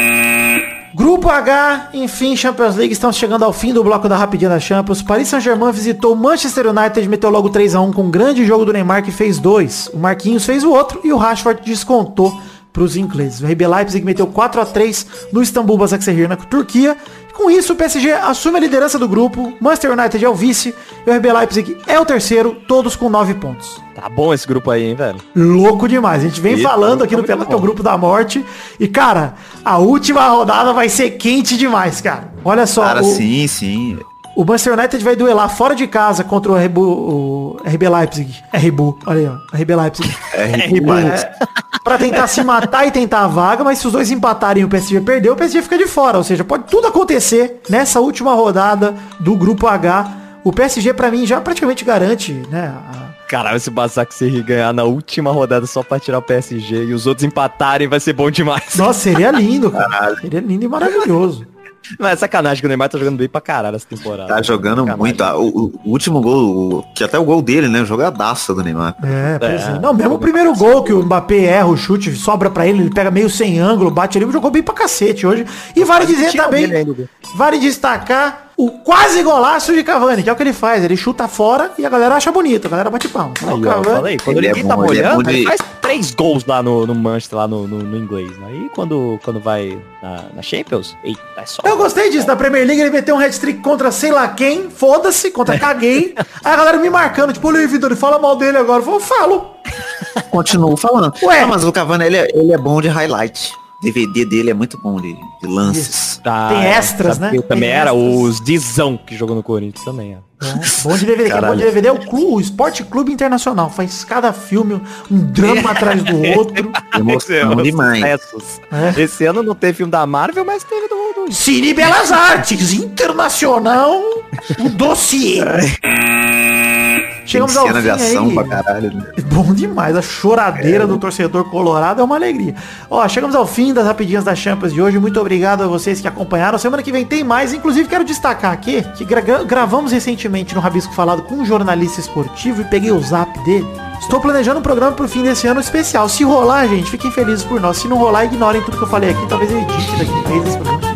Grupo H, enfim, Champions League, estamos chegando ao fim do bloco da rapidinha da Champions. Paris Saint-Germain visitou o Manchester United, meteu logo 3-1 com um grande jogo do Neymar, que fez 2. O Marquinhos fez o outro e o Rashford descontou para os ingleses. O RB Leipzig meteu 4-3 no Istambul Basaksehir, na Turquia. Com isso, o PSG assume a liderança do grupo, Manchester United é o vice e o RB Leipzig é o terceiro, todos com 9 pontos. Tá bom esse grupo aí, hein, velho? Louco demais. A gente vem falando aqui no Pelota, que é o grupo da morte. E, cara, a última rodada vai ser quente demais, cara. Olha só. Cara, sim. O Manchester United vai duelar fora de casa contra o RB Leipzig. Olha aí, ó. RB Leipzig. Pra tentar se matar e tentar a vaga, mas se os dois empatarem e o PSG perder, o PSG fica de fora. Ou seja, pode tudo acontecer nessa última rodada do grupo H. O PSG, pra mim, já praticamente garante, né? Caralho, se o Basaksehir ganhar na última rodada só pra tirar o PSG e os outros empatarem, vai ser bom demais. Nossa, seria lindo, cara. Caralho. Seria lindo e maravilhoso. Não, é sacanagem que o Neymar tá jogando bem pra caralho essa temporada. Tá jogando muito. O último gol, que até o gol dele, né? Jogadaça do Neymar. Não, mesmo o primeiro gol que o Mbappé erra o chute, sobra pra ele pega meio sem ângulo, bate ali, jogou bem pra cacete hoje. E vale dizer também, vale destacar o quase golaço de Cavani, que é o que ele faz. Ele chuta fora e a galera acha bonito, a galera bate palma. Falei, quando ele tá molhando, ele faz 3 gols lá no Manchester, lá no inglês. Aí quando vai na Champions, eita, é só... Eu gostei disso, na Premier League ele meteu um hat-trick contra sei lá quem, foda-se, contra caguei. Aí a galera me marcando, tipo, olha aí, Vitor, fala mal dele agora. Eu falo. Continuo falando. Ué. Não, mas o Cavani, ele é bom de highlight. DVD dele é muito bom de lances. Tem extras, né? Também era os Dizão que jogou no Corinthians também. Bom de DVD. Quem é bom de DVD é o Esporte Clube Internacional. Faz cada filme um drama atrás do outro. Emoção demais. Esse ano não teve filme da Marvel, mas teve do Cine Belas Artes Internacional, o dossiê. Chegamos ao fim de ação aí. Pra caralho, né? Bom demais, a choradeira do torcedor colorado é uma alegria. Ó, chegamos ao fim das rapidinhas da Champions de hoje. Muito obrigado a vocês que acompanharam. Semana que vem tem mais. Inclusive quero destacar aqui que gravamos recentemente no Rabisco Falado com um jornalista esportivo e peguei o zap dele. Estou planejando um programa pro fim desse ano especial. Se rolar, gente, fiquem felizes por nós. Se não rolar, ignorem tudo que eu falei aqui. Talvez eu edite daqui a esse programa.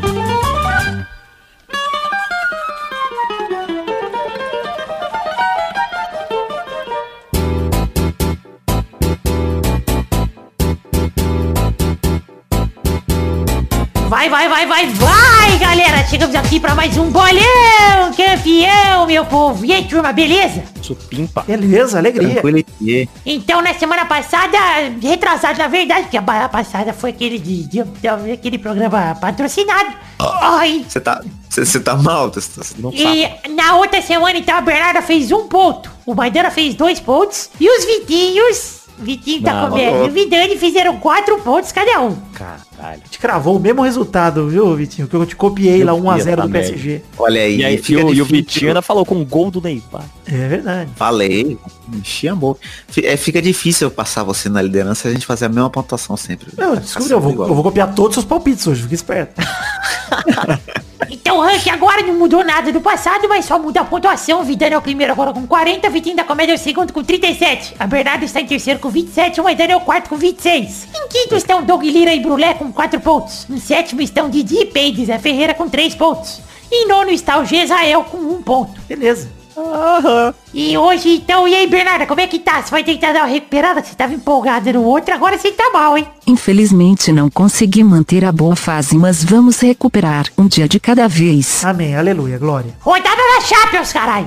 Vai, galera! Chegamos aqui pra mais um bolão campeão, meu povo! E aí, turma, beleza? Supimpa. Beleza, alegria. Então, na semana passada, retrasado na verdade, porque a passada foi aquele programa patrocinado. Ai. Você tá mal? E na outra semana, então, a Bernarda fez 1 ponto, o Maidana fez 2 pontos, e os Vitinhos Vitinho tá Não, comendo. E o Vidani fizeram 4 pontos cada um. Caralho. Te cravou o mesmo resultado, viu, Vitinho? Que eu te copiei lá 1x0 do também. PSG. Olha aí, E aí, fica e o difícil. Vitinho ainda falou com um gol do Neymar. É verdade. Falei, enchi a boca. Fica difícil eu passar você na liderança e a gente fazer a mesma pontuação sempre. Não, desculpa, eu vou copiar todos os seus palpites hoje, fica esperto. Então o ranking agora não mudou nada do passado, mas só muda a pontuação. O Vidani é o primeiro agora com 40, o Vitinho da Comédia é o segundo com 37. A Bernardo está em terceiro com 27, o Maidana é o quarto com 26. Em quinto estão Doug Lira e Brulé com 4 pontos. Em sétimo estão Didi e Peide Zé Ferreira com 3 pontos. Em nono está o Gesael com 1 ponto. Beleza. E hoje, então, e aí, Bernarda, como é que tá? Você vai tentar dar uma recuperada? Você tava empolgada no outro, agora você tá mal, hein? Infelizmente não consegui manter a boa fase, mas vamos recuperar um dia de cada vez. Amém, aleluia, glória. Rodada da Champions, caralho!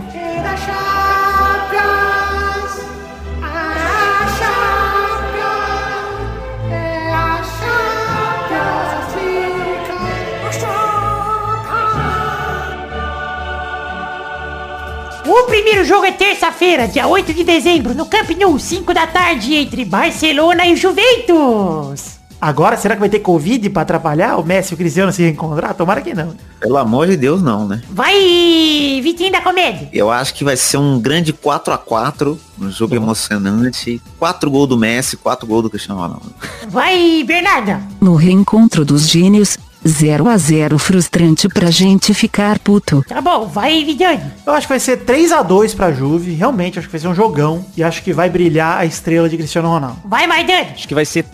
O primeiro jogo é terça-feira, dia 8 de dezembro, no Camp Nou, 5 da tarde, entre Barcelona e Juventus. Agora, será que vai ter Covid pra atrapalhar o Messi e o Cristiano se reencontrar? Tomara que não. Pelo amor de Deus, não, né? Vai, Vitinho da Comédia. Eu acho que vai ser um grande 4x4, um jogo emocionante. 4 gols do Messi, 4 gols do Cristiano Ronaldo. Vai, Bernarda. No reencontro dos gênios, 0-0 frustrante pra gente ficar puto. Tá bom, vai, Vidani. Eu acho que vai ser 3x2 pra Juve, realmente, acho que vai ser um jogão. E acho que vai brilhar a estrela de Cristiano Ronaldo. Vai, Maidana. Acho que vai ser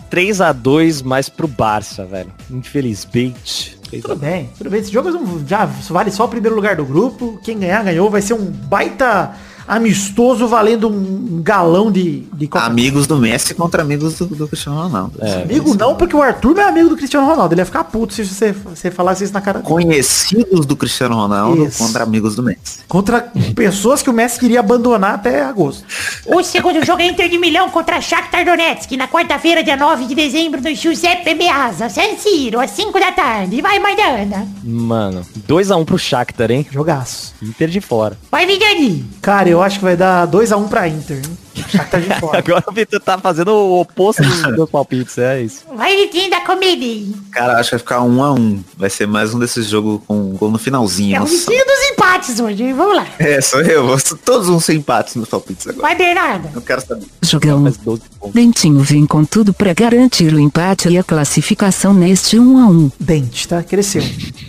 3x2 mais pro Barça, velho. Infelizmente. Tudo bem. Esse jogo já vale só o primeiro lugar do grupo. Quem ganhar, ganhou. Vai ser um baita amistoso valendo um galão de Coca-Cola. Amigos do Messi contra amigos do Cristiano Ronaldo. Amigo não, porque o Arthur não é amigo do Cristiano Ronaldo. Ele ia ficar puto se você falasse isso na cara dele. Conhecidos do Cristiano Ronaldo contra amigos do Messi. Contra pessoas que o Messi queria abandonar até agosto. O segundo jogo é Inter de Milão contra Shakhtar Donetsk, na quarta-feira, dia 9 de dezembro, no Giuseppe Meazza, San Siro, às 5 da tarde. Vai, Maidana. Mano, 2x1 pro Shakhtar, hein? Jogaço. Inter de fora. Vai, Vidani. Cara, eu acho que vai dar 2x1 pra Inter, hein? Shakhtar de fora. Agora o Vitor tá fazendo o oposto dos meus palpites, é isso. Vai, Vitinho da Comédia. Cara, acho que vai ficar 1x1. Vai ser mais um desses jogos com gol no finalzinho. É o Nossa. Vitinho dos empates hoje, hein? Vamos lá. É, sou eu. Todos vão ser empates nos palpites agora. Vai, Bernarda. Não quero saber. Jogão. Mais 12 pontos. Dentinho vem com tudo pra garantir o empate e a classificação neste 1-1. Dente, tá? Cresceu.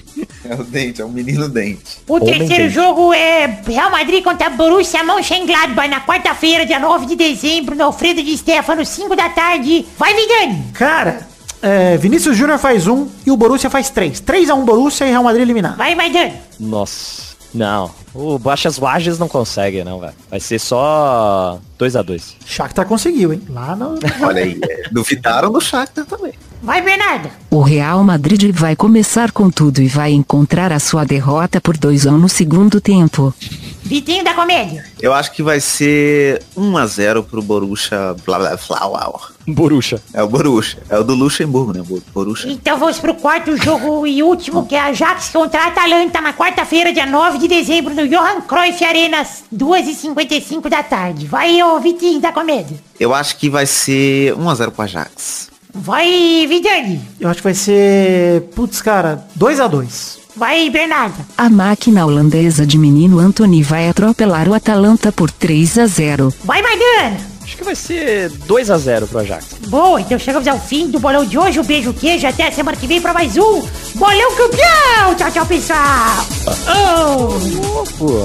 É o Dente, é o menino Dente. O terceiro dente. jogo é Real Madrid contra Borussia Mönchengladbach, na quarta-feira, dia 9 de dezembro, no Alfredo de Stefano, 5 da tarde. Vai, Vidani. Cara, Vinícius Júnior faz 1 e o Borussia faz 3. 3x1 Borussia e Real Madrid eliminar. Vai, Maidana. Nossa. Não. O Baixas Lages não consegue, não, velho. Vai ser só 2x2. Shakhtar conseguiu, hein? Lá no... Olha aí, duvidaram do Shakhtar também. Vai, Bernarda. O Real Madrid vai começar com tudo e vai encontrar a sua derrota por 2-1 no segundo tempo. Vitinho da Comédia. Eu acho que vai ser 1x0 pro Borussia. Blá, blá, blá, blá. Borussia. É o Borussia. É o do Luxemburgo, né? Borussia. Então vamos pro quarto jogo e último, que é a Ajax contra a Atalanta, na quarta-feira, dia 9 de dezembro, no Johan Cruyff Arena, 2h55 da tarde. Vai, ô Vitinho da Comédia. Eu acho que vai ser 1x0 pro Ajax. Vai, Vidani. Eu acho que vai ser... Putz, cara, 2x2. Vai, Bernarda. A máquina holandesa de menino Anthony vai atropelar o Atalanta por 3-0. Vai, Maidana. Acho que vai ser 2x0 pro Ajax. Boa, então chegamos ao fim do bolão de hoje. Um beijo, queijo, até a semana que vem pra mais um Bolão Campeão. Tchau, tchau, pessoal. Pô.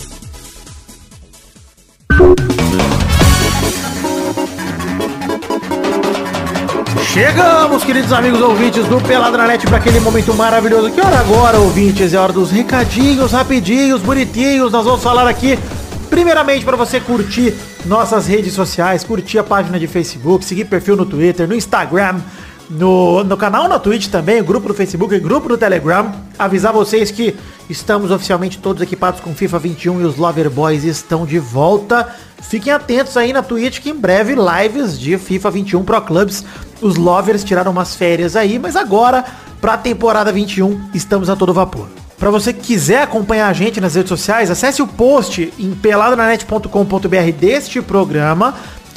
Chegamos, queridos amigos ouvintes do Peladranet, para aquele momento maravilhoso. Que hora agora, ouvintes? É hora dos recadinhos, rapidinhos, bonitinhos. Nós vamos falar aqui, primeiramente, para você curtir nossas redes sociais, curtir a página de Facebook, seguir perfil no Twitter, no Instagram, no canal na Twitch também, o grupo do Facebook e grupo do Telegram. Avisar vocês que estamos oficialmente todos equipados com FIFA 21 e os Lover Boys estão de volta. Fiquem atentos aí na Twitch que em breve lives de FIFA 21 Pro Clubs. Os Lovers tiraram umas férias aí, mas agora, pra temporada 21, estamos a todo vapor. Pra você que quiser acompanhar a gente nas redes sociais, acesse o post em peladranet.com.br deste programa,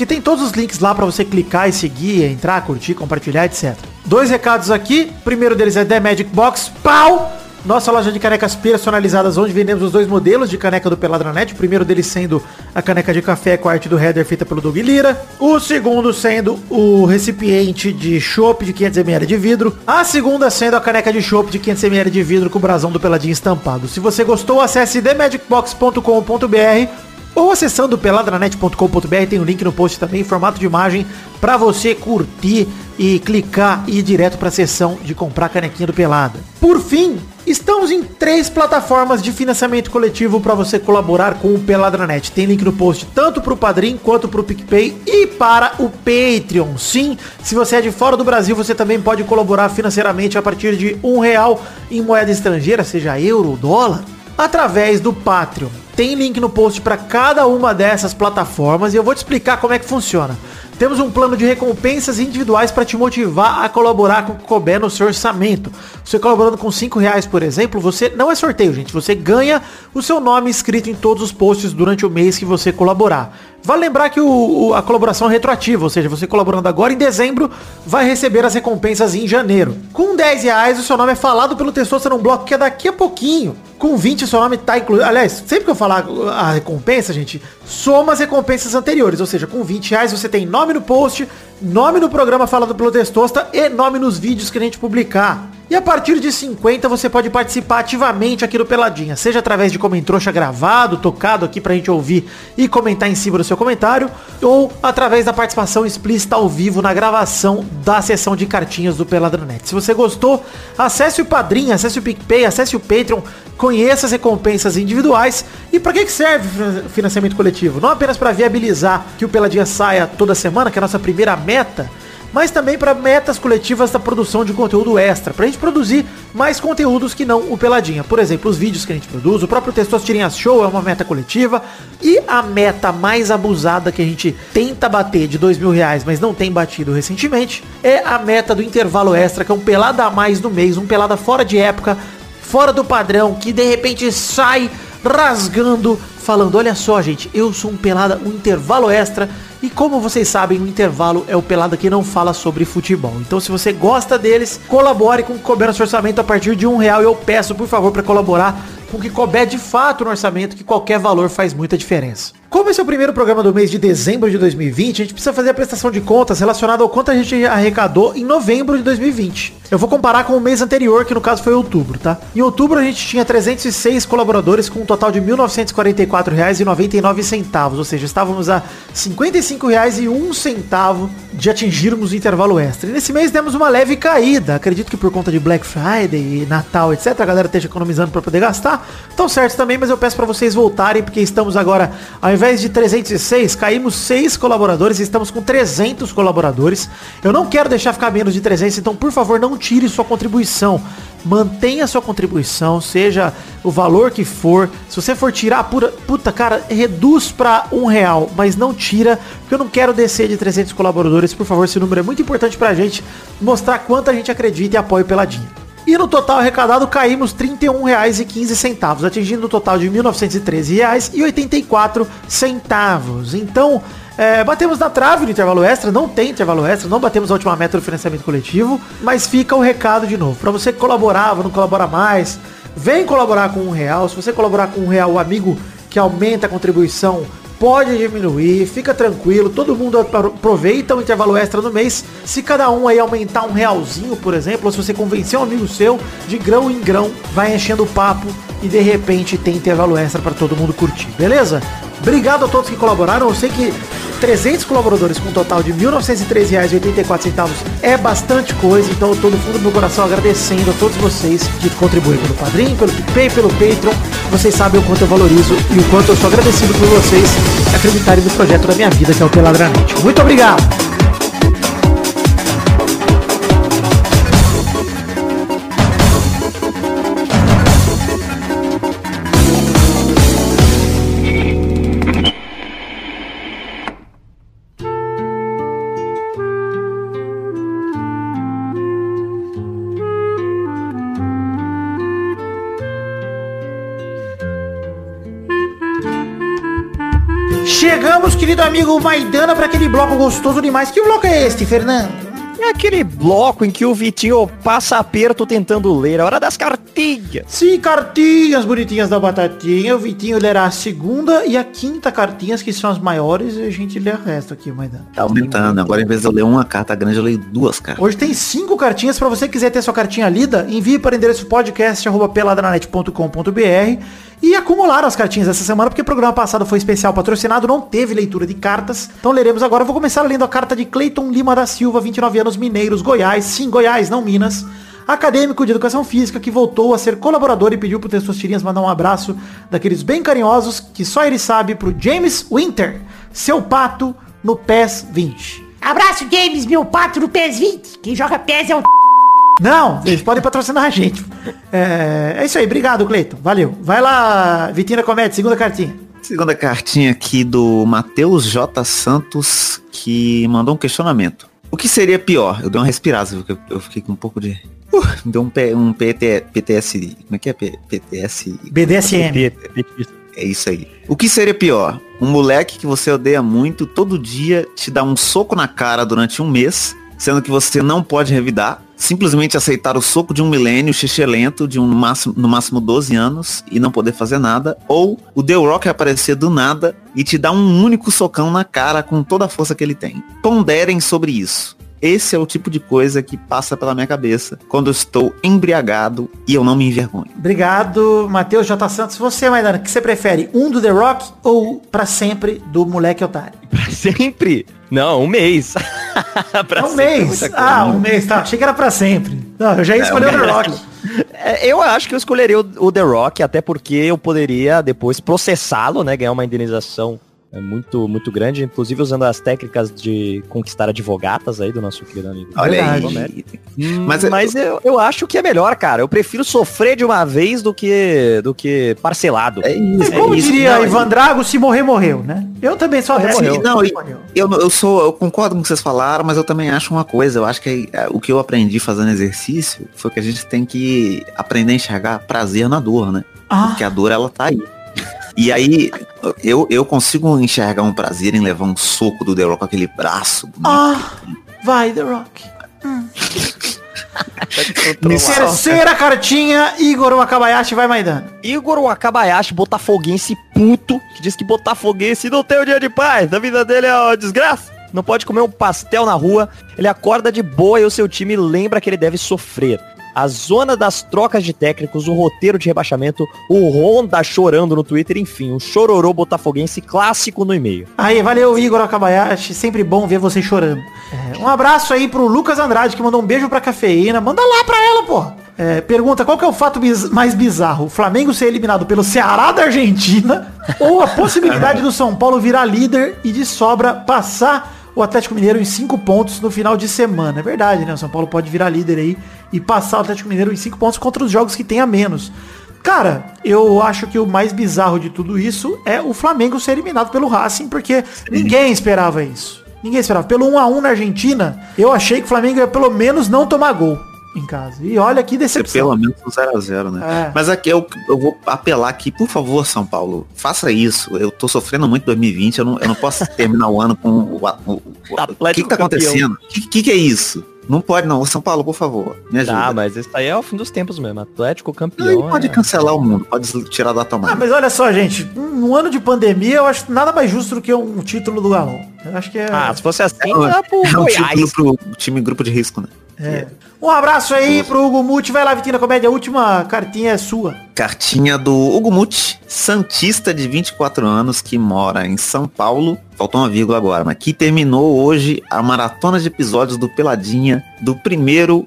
que tem todos os links lá pra você clicar e seguir, entrar, curtir, compartilhar, etc. 2 recados aqui. O primeiro deles é The Magic Box. Pau! Nossa loja de canecas personalizadas, onde vendemos os 2 modelos de caneca do Peladranet. O primeiro deles sendo a caneca de café com a arte do header feita pelo Doug Lira. O segundo sendo o recipiente de chopp de 500ml de vidro. A segunda sendo a caneca de chopp de 500ml de vidro com o brasão do Peladinho estampado. Se você gostou, acesse themagicbox.com.br ou acessando peladranet.com.br, tem um link no post também em formato de imagem para você curtir e clicar e ir direto para a seção de comprar canequinha do Pelada. Por fim, estamos em 3 plataformas de financiamento coletivo para você colaborar com o Peladranet. Tem link no post tanto para o Padrim quanto para o PicPay e para o Patreon. Sim, se você é de fora do Brasil, você também pode colaborar financeiramente a partir de R$1 em moeda estrangeira, seja euro ou dólar, através do Patreon. Tem link no post para cada uma dessas plataformas e eu vou te explicar como é que funciona. Temos um plano de recompensas individuais para te motivar a colaborar com o que couber no seu orçamento. Você colaborando com R$5, por exemplo, você não é sorteio, gente. Você ganha o seu nome escrito em todos os posts durante o mês que você colaborar. Vale lembrar que a colaboração é retroativa, ou seja, você colaborando agora em dezembro, vai receber as recompensas em janeiro. Com R$10, o seu nome é falado pelo Testosta num bloco que é daqui a pouquinho. Com 20, o seu nome tá incluído. Aliás, sempre que eu falar a recompensa, gente, soma as recompensas anteriores. Ou seja, com R$20 você tem nome no post, nome no programa falado pelo Testosta e nome nos vídeos que a gente publicar. E a partir de 50 você pode participar ativamente aqui do Peladinha, seja através de comentrouxa gravado, tocado aqui pra gente ouvir e comentar em cima do seu comentário, ou através da participação explícita ao vivo na gravação da sessão de cartinhas do Peladranet. Se você gostou, acesse o Padrim, acesse o PicPay, acesse o Patreon, conheça as recompensas individuais. E para que serve o financiamento coletivo? Não apenas para viabilizar que o Peladinha saia toda semana, que é a nossa primeira meta, mas também para metas coletivas da produção de conteúdo extra, pra gente produzir mais conteúdos que não o Peladinha. Por exemplo, os vídeos que a gente produz, o próprio Testosterinhas Show é uma meta coletiva, e a meta mais abusada que a gente tenta bater de R$2.000, mas não tem batido recentemente, é a meta do intervalo extra, que é um pelada a mais no mês, um pelada fora de época, fora do padrão, que de repente sai rasgando, falando, olha só, gente, eu sou um pelada, um intervalo extra. E como vocês sabem, o intervalo é o Pelada que não fala sobre futebol. Então se você gosta deles, colabore com o que couber no seu orçamento a partir de R$1. Eu peço, por favor, para colaborar com o que couber de fato no orçamento, que qualquer valor faz muita diferença. Como esse é o primeiro programa do mês de dezembro de 2020, a gente precisa fazer a prestação de contas relacionada ao quanto a gente arrecadou em novembro de 2020. Eu vou comparar com o mês anterior, que no caso foi outubro, tá? Em outubro a gente tinha 306 colaboradores com um total de R$ 1.944,99, ou seja, estávamos a R$ 55,01 de atingirmos o intervalo extra. E nesse mês demos uma leve caída, acredito que por conta de Black Friday, Natal, etc, a galera esteja economizando para poder gastar. Estão certos também, mas eu peço para vocês voltarem, porque estamos agora, ao invés de 306, caímos 6 colaboradores e estamos com 300 colaboradores. Eu não quero deixar ficar menos de 300, então por favor não tire sua contribuição. Mantenha sua contribuição, seja o valor que for. Se você for tirar, puta cara, reduz pra R$1, mas não tira, porque eu não quero descer de 300 colaboradores. Por favor, esse número é muito importante pra gente mostrar quanto a gente acredita e apoia o Peladinho. E no total arrecadado caímos R$ 31,15, atingindo um total de R$ 1.913,84. Então, batemos na trave no intervalo extra, não tem intervalo extra, não batemos a última meta do financiamento coletivo, mas fica o recado de novo. Para você que colaborava, não colabora mais, vem colaborar com R$1. Se você colaborar com R$1, o amigo que aumenta a contribuição pode diminuir, fica tranquilo, todo mundo aproveita o intervalo extra no mês. Se cada um aí aumentar R$1, por exemplo, ou se você convencer um amigo seu, de grão em grão, vai enchendo o papo e de repente tem intervalo extra para todo mundo curtir, beleza? Obrigado a todos que colaboraram, eu sei que 300 colaboradores com um total de R$ 1.913,84 é bastante coisa, então eu tô no fundo do meu coração agradecendo a todos vocês que contribuem pelo Padrim, pelo PicPay, pelo Patreon. Vocês sabem o quanto eu valorizo e o quanto eu sou agradecido por vocês acreditarem no projeto da minha vida, que é o Peladranet. Muito obrigado! Chegamos, querido amigo Maidana, para aquele bloco gostoso demais. Que bloco é este, Fernando? É aquele bloco em que o Vitinho passa aperto tentando ler. A hora das cartinhas. Sim, cartinhas bonitinhas da Batatinha. O Vitinho lerá a segunda e a quinta cartinhas, que são as maiores, e a gente lê o resto aqui, Maidana. Tá aumentando. Agora, em vez de eu ler uma carta grande, eu leio 2 cartas. Hoje tem 5 cartinhas. Para você que quiser ter sua cartinha lida, envie para o endereço podcast@peladranet.com.br e acumular as cartinhas essa semana, porque o programa passado foi especial patrocinado, não teve leitura de cartas. Então leremos agora. Eu vou começar lendo a carta de Cleiton Lima da Silva, 29 anos, Mineiros, Goiás. Sim, Goiás, não Minas. Acadêmico de Educação Física que voltou a ser colaborador e pediu pro Testosterinhas mandar um abraço daqueles bem carinhosos que só ele sabe, pro James Winter, seu pato no PES 20. Abraço, James, meu pato no PES 20. Quem joga PES é o... Não, eles podem patrocinar a gente. É isso aí, obrigado, Cleiton. Valeu. Vai lá, Vitinho da Comédia, segunda cartinha. Segunda cartinha aqui do Matheus J. Santos, que mandou um questionamento. O que seria pior? Eu dei uma respirada, porque eu fiquei com um pouco de... me deu um PTS... Como é que é? PTS... BDSM. É isso aí. O que seria pior? Um moleque que você odeia muito, todo dia te dá um soco na cara durante um mês, sendo que você não pode revidar, simplesmente aceitar o soco de um milênio xixelento de no máximo 12 anos e não poder fazer nada, ou o The Rock aparecer do nada e te dar um único socão na cara com toda a força que ele tem. Ponderem sobre isso. Esse é o tipo de coisa que passa pela minha cabeça quando eu estou embriagado e eu não me envergonho. Obrigado, Matheus J. Santos. Você, Maidana, o que você prefere? Um do The Rock ou pra sempre do moleque otário? Pra sempre? Não, um mês. Pra um mês? Um mês, tá. Achei que era pra sempre. Não, eu já ia escolher o The Rock. Eu acho que eu escolheria o The Rock, até porque eu poderia depois processá-lo, né? Ganhar uma indenização muito, muito grande, inclusive usando as técnicas de conquistar advogatas aí do nosso querido amigo. Olha aí. Mas eu acho que é melhor, cara. Eu prefiro sofrer de uma vez do que parcelado. É isso. Como diria Ivan Drago, se morrer, morreu, né? Eu também só morreu. Eu concordo com o que vocês falaram, mas eu também acho uma coisa. Eu acho que o que eu aprendi fazendo exercício foi que a gente tem que aprender a enxergar prazer na dor, né? Porque a dor, ela tá aí. E aí, eu consigo enxergar um prazer em levar um soco do The Rock com aquele braço. Vai, The Rock. Terceira cartinha, Igor Wakabayashi, vai, Maidana. Igor Wakabayashi, botafoguense puto, que diz que botafoguense não tem o dia de paz, a vida dele é uma desgraça. Não pode comer um pastel na rua, ele acorda de boa e o seu time lembra que ele deve sofrer. A zona das trocas de técnicos, o roteiro de rebaixamento, o Honda chorando no Twitter, enfim, um chororô botafoguense clássico no e-mail. Aí, valeu, Igor Wakabayashi, sempre bom ver você chorando. Um abraço aí pro Lucas Andrade, que mandou um beijo pra Cafeína. Manda lá pra ela, pô. Pergunta, qual que é o fato mais bizarro? O Flamengo ser eliminado pelo Ceará da Argentina ou a possibilidade do São Paulo virar líder e de sobra passar o Atlético Mineiro em 5 pontos no final de semana? É verdade, né? O São Paulo pode virar líder aí e passar o Atlético Mineiro em 5 pontos contra os jogos que tem a menos. Cara, eu acho que o mais bizarro de tudo isso é o Flamengo ser eliminado pelo Racing, porque ninguém esperava isso. Ninguém esperava. Pelo 1-1 na Argentina, eu achei que o Flamengo ia pelo menos não tomar gol em casa. E olha que decepção. Pelo menos 0-0, né? Mas aqui eu vou apelar aqui, por favor, São Paulo, faça isso. Eu tô sofrendo muito em 2020, eu não posso terminar o ano com o que tá acontecendo? O que é isso? Não pode não, São Paulo, por favor, me ajuda. Mas isso aí é o fim dos tempos mesmo, Atlético campeão. Pode cancelar o mundo, pode tirar da tomada. Mas olha só, gente, um ano de pandemia, eu acho nada mais justo do que um título do Galão. Eu acho que se fosse assim, era pro Goiás. Título pro time grupo de risco, né? Um abraço aí pro Hugo Muti. Vai lá, Vitinho da Comédia, a última cartinha é sua. Cartinha do Hugo Muti, santista de 24 anos, que mora em São Paulo. Faltou uma vírgula agora, mas que terminou hoje a maratona de episódios do Peladinha, do primeiro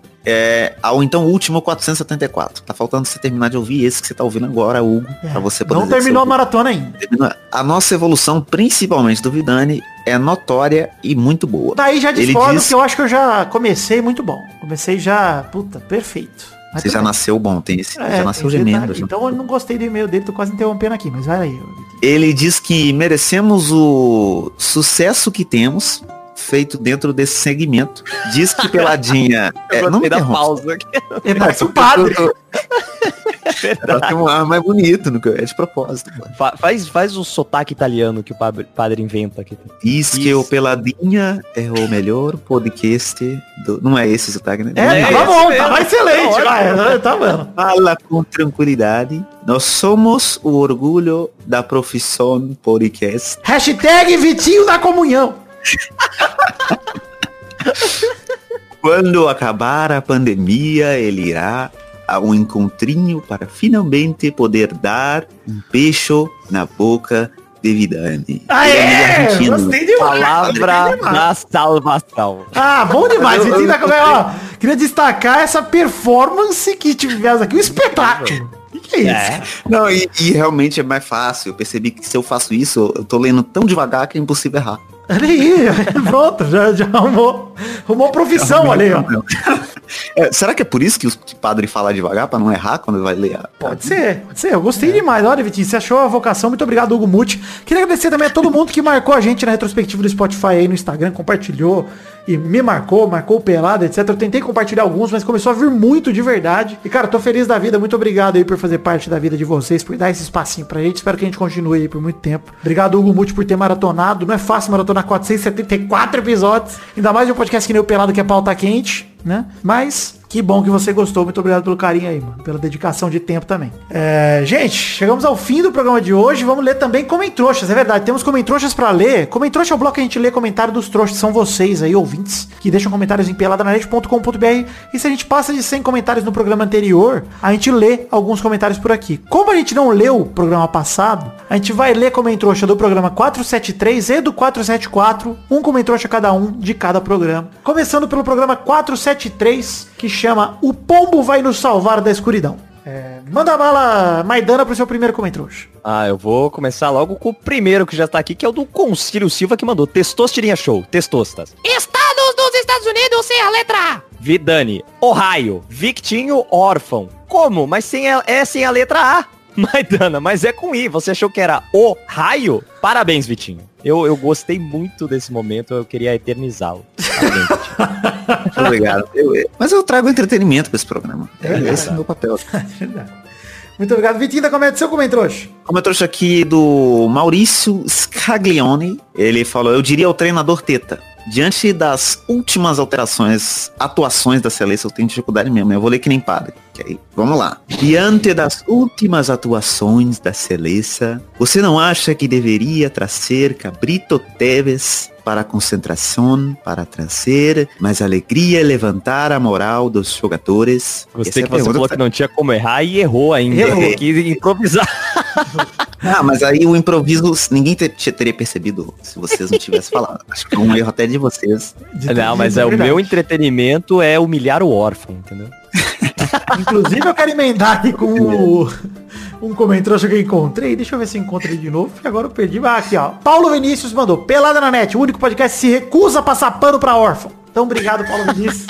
ao então último 474. Tá faltando você terminar de ouvir esse que você tá ouvindo agora, Hugo, pra você poder... Não terminou a maratona ainda. A nossa evolução, principalmente do Vidani, é notória e muito boa. Daí já discordo que eu acho que eu já comecei muito bom. Comecei já, perfeito. Mas você já nasceu bom, já nasceu gemendo. Então eu não gostei do e-mail dele, tô quase interrompendo aqui, mas vai aí. Ele diz que merecemos o sucesso que temos feito dentro desse segmento. Diz que Peladinha... não me dá pausa aqui. Parece o padre. Ela tem um ar mais bonito, é de propósito. Faz o sotaque italiano que o padre inventa aqui. Diz que o Peladinha é o melhor podcast do... Não é esse sotaque, né? Tá bom, tá excelente. Tá bom. Fala com tranquilidade. Nós somos o orgulho da profissão podcast. Hashtag Vitinho da Comunhão. Quando acabar a pandemia, ele irá a um encontrinho para finalmente poder dar um beijo na boca de Vidani. Gostei demais. Palavra da salvação. Bom demais. Vitinho da Comunhão. Queria destacar essa performance que tivemos aqui, um espetáculo. Que é isso? Não, e realmente é mais fácil. Eu percebi que se eu faço isso, eu tô lendo tão devagar que é impossível errar. Olha aí, pronto, já arrumou profissão ali, ó. Será que é por isso que o padre fala devagar, pra não errar quando vai ler? Pode ser. Eu gostei demais. Olha, Vitinho, você achou a vocação. Muito obrigado, Hugo Muti. Queria agradecer também a todo mundo que marcou a gente na retrospectiva do Spotify aí no Instagram, compartilhou e me marcou o Pelado, etc. Eu tentei compartilhar alguns, mas começou a vir muito de verdade. E, cara, tô feliz da vida. Muito obrigado aí por fazer parte da vida de vocês, por dar esse espacinho pra gente. Espero que a gente continue aí por muito tempo. Obrigado, Hugo Muti, por ter maratonado. Não é fácil maratonar 474 episódios. Ainda mais de um podcast que nem o Pelado, que é pauta quente, né? Mas que bom que você gostou. Muito obrigado pelo carinho aí, mano. Pela dedicação de tempo também. Gente, chegamos ao fim do programa de hoje. Vamos ler também Comentroxas. É verdade, temos Comentroxas pra ler. Comentroxa é o bloco que a gente lê comentário dos trouxas. São vocês aí, ouvintes, que deixam comentários em peladananet.com.br. E se a gente passa de 100 comentários no programa anterior, a gente lê alguns comentários por aqui. Como a gente não leu o programa passado, a gente vai ler Comentroxa do programa 473 e do 474. Um Comentroxa cada um de cada programa. Começando pelo programa 473, que chama O Pombo Vai Nos Salvar da Escuridão. Manda bala, Maidana, pro seu primeiro Comentroxa. Eu vou começar logo com o primeiro que já tá aqui, que é o do Concílio Silva, que mandou Testosterinha Show, Testostas. Estados dos Estados Unidos sem a letra A. Vidani, Ohio, Victinho, órfão. Como? Mas sem a letra A. Maidana, mas é com I. Você achou que era o raio? Parabéns, Vitinho. Eu gostei muito desse momento, eu queria eternizá-lo. Parabéns, Vitinho. Obrigado. Mas eu trago entretenimento pra esse programa. Esse é o meu papel. Muito obrigado. Vitinho, da comédia, seu Comentroxa. Comentroxa aqui do Maurício Scaglione. Ele falou, eu diria o treinador Teta. Diante das últimas atuações da Celeste, eu tenho dificuldade mesmo. Eu vou ler que nem padre. Okay? Vamos lá. Diante das últimas atuações da Celeste, você não acha que deveria trazer Cabrito Teves para a concentração, para trazer mais alegria e levantar a moral dos jogadores? Gostei que você falou que não tinha como errar e errou ainda. Eu quis improvisar. Mas aí o improviso, ninguém teria percebido se vocês não tivessem falado. Acho que é um erro até de vocês. Não, mas o meu entretenimento é humilhar o órfão, entendeu? Inclusive eu quero emendar aqui com um comentário que eu encontrei. Deixa eu ver se eu encontro ele de novo, porque agora eu perdi. Aqui, ó. Paulo Vinícius mandou. Pelada na Net, o único podcast que se recusa a passar pano pra órfão. Então, obrigado, Paulo Vinícius.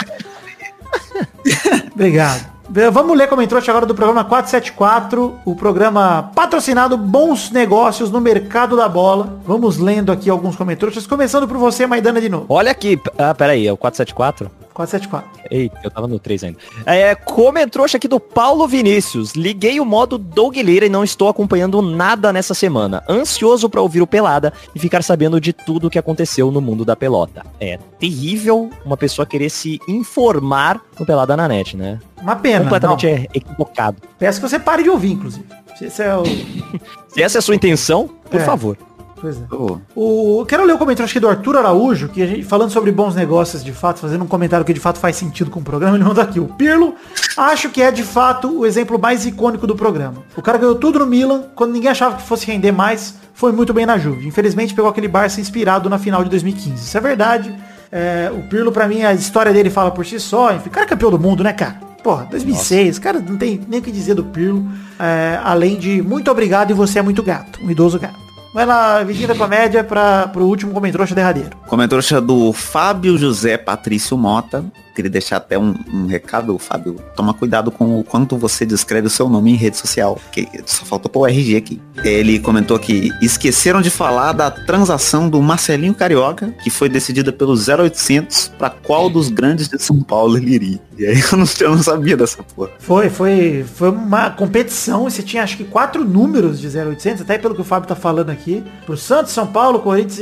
Obrigado. Vamos ler Comentroxa agora do programa 474, o programa patrocinado Bons Negócios no Mercado da Bola. Vamos lendo aqui alguns Comentroxas, começando por você, Maidana, de novo. Olha aqui, peraí, é o 474? 474. Eita, eu tava no 3 ainda. Comentroxa aqui do Paulo Vinícius. Liguei o modo Doug Lira e não estou acompanhando nada nessa semana. Ansioso pra ouvir o Pelada e ficar sabendo de tudo o que aconteceu no mundo da pelota. É terrível uma pessoa querer se informar no Pelada na net, né? Uma pena. Completamente equivocado. Peço que você pare de ouvir, inclusive. Se essa é a sua intenção, por favor. Pois é. Quero ler o comentário aqui do Arthur Araújo, que a gente, falando sobre bons negócios de fato, fazendo um comentário que de fato faz sentido com o programa, ele mandou aqui. O Pirlo, acho que é de fato o exemplo mais icônico do programa. O cara ganhou tudo no Milan, quando ninguém achava que fosse render mais, foi muito bem na Juve. Infelizmente pegou aquele Barça inspirado na final de 2015. Isso é verdade. O Pirlo, pra mim, a história dele fala por si só. Enfim, o cara é campeão do mundo, né, cara? Porra, 2006, cara, não tem nem o que dizer do Pirlo. Além de muito obrigado e você é muito gato, um idoso gato. Vai lá, Vitinho da Comédia, pro último Comentroxa derradeiro. Comentroxa do Fábio José Patrício Mota. queria deixar até um recado, Fábio. Toma cuidado com o quanto você descreve o seu nome em rede social, que só faltou pôr o RG aqui. Ele comentou que esqueceram de falar da transação do Marcelinho Carioca, que foi decidida pelo 0800 para qual dos grandes de São Paulo ele iria. E aí eu não sabia dessa porra. Foi uma competição, e você tinha acho que 4 números de 0800, até pelo que o Fábio tá falando aqui, pro Santos, São Paulo, Corinthians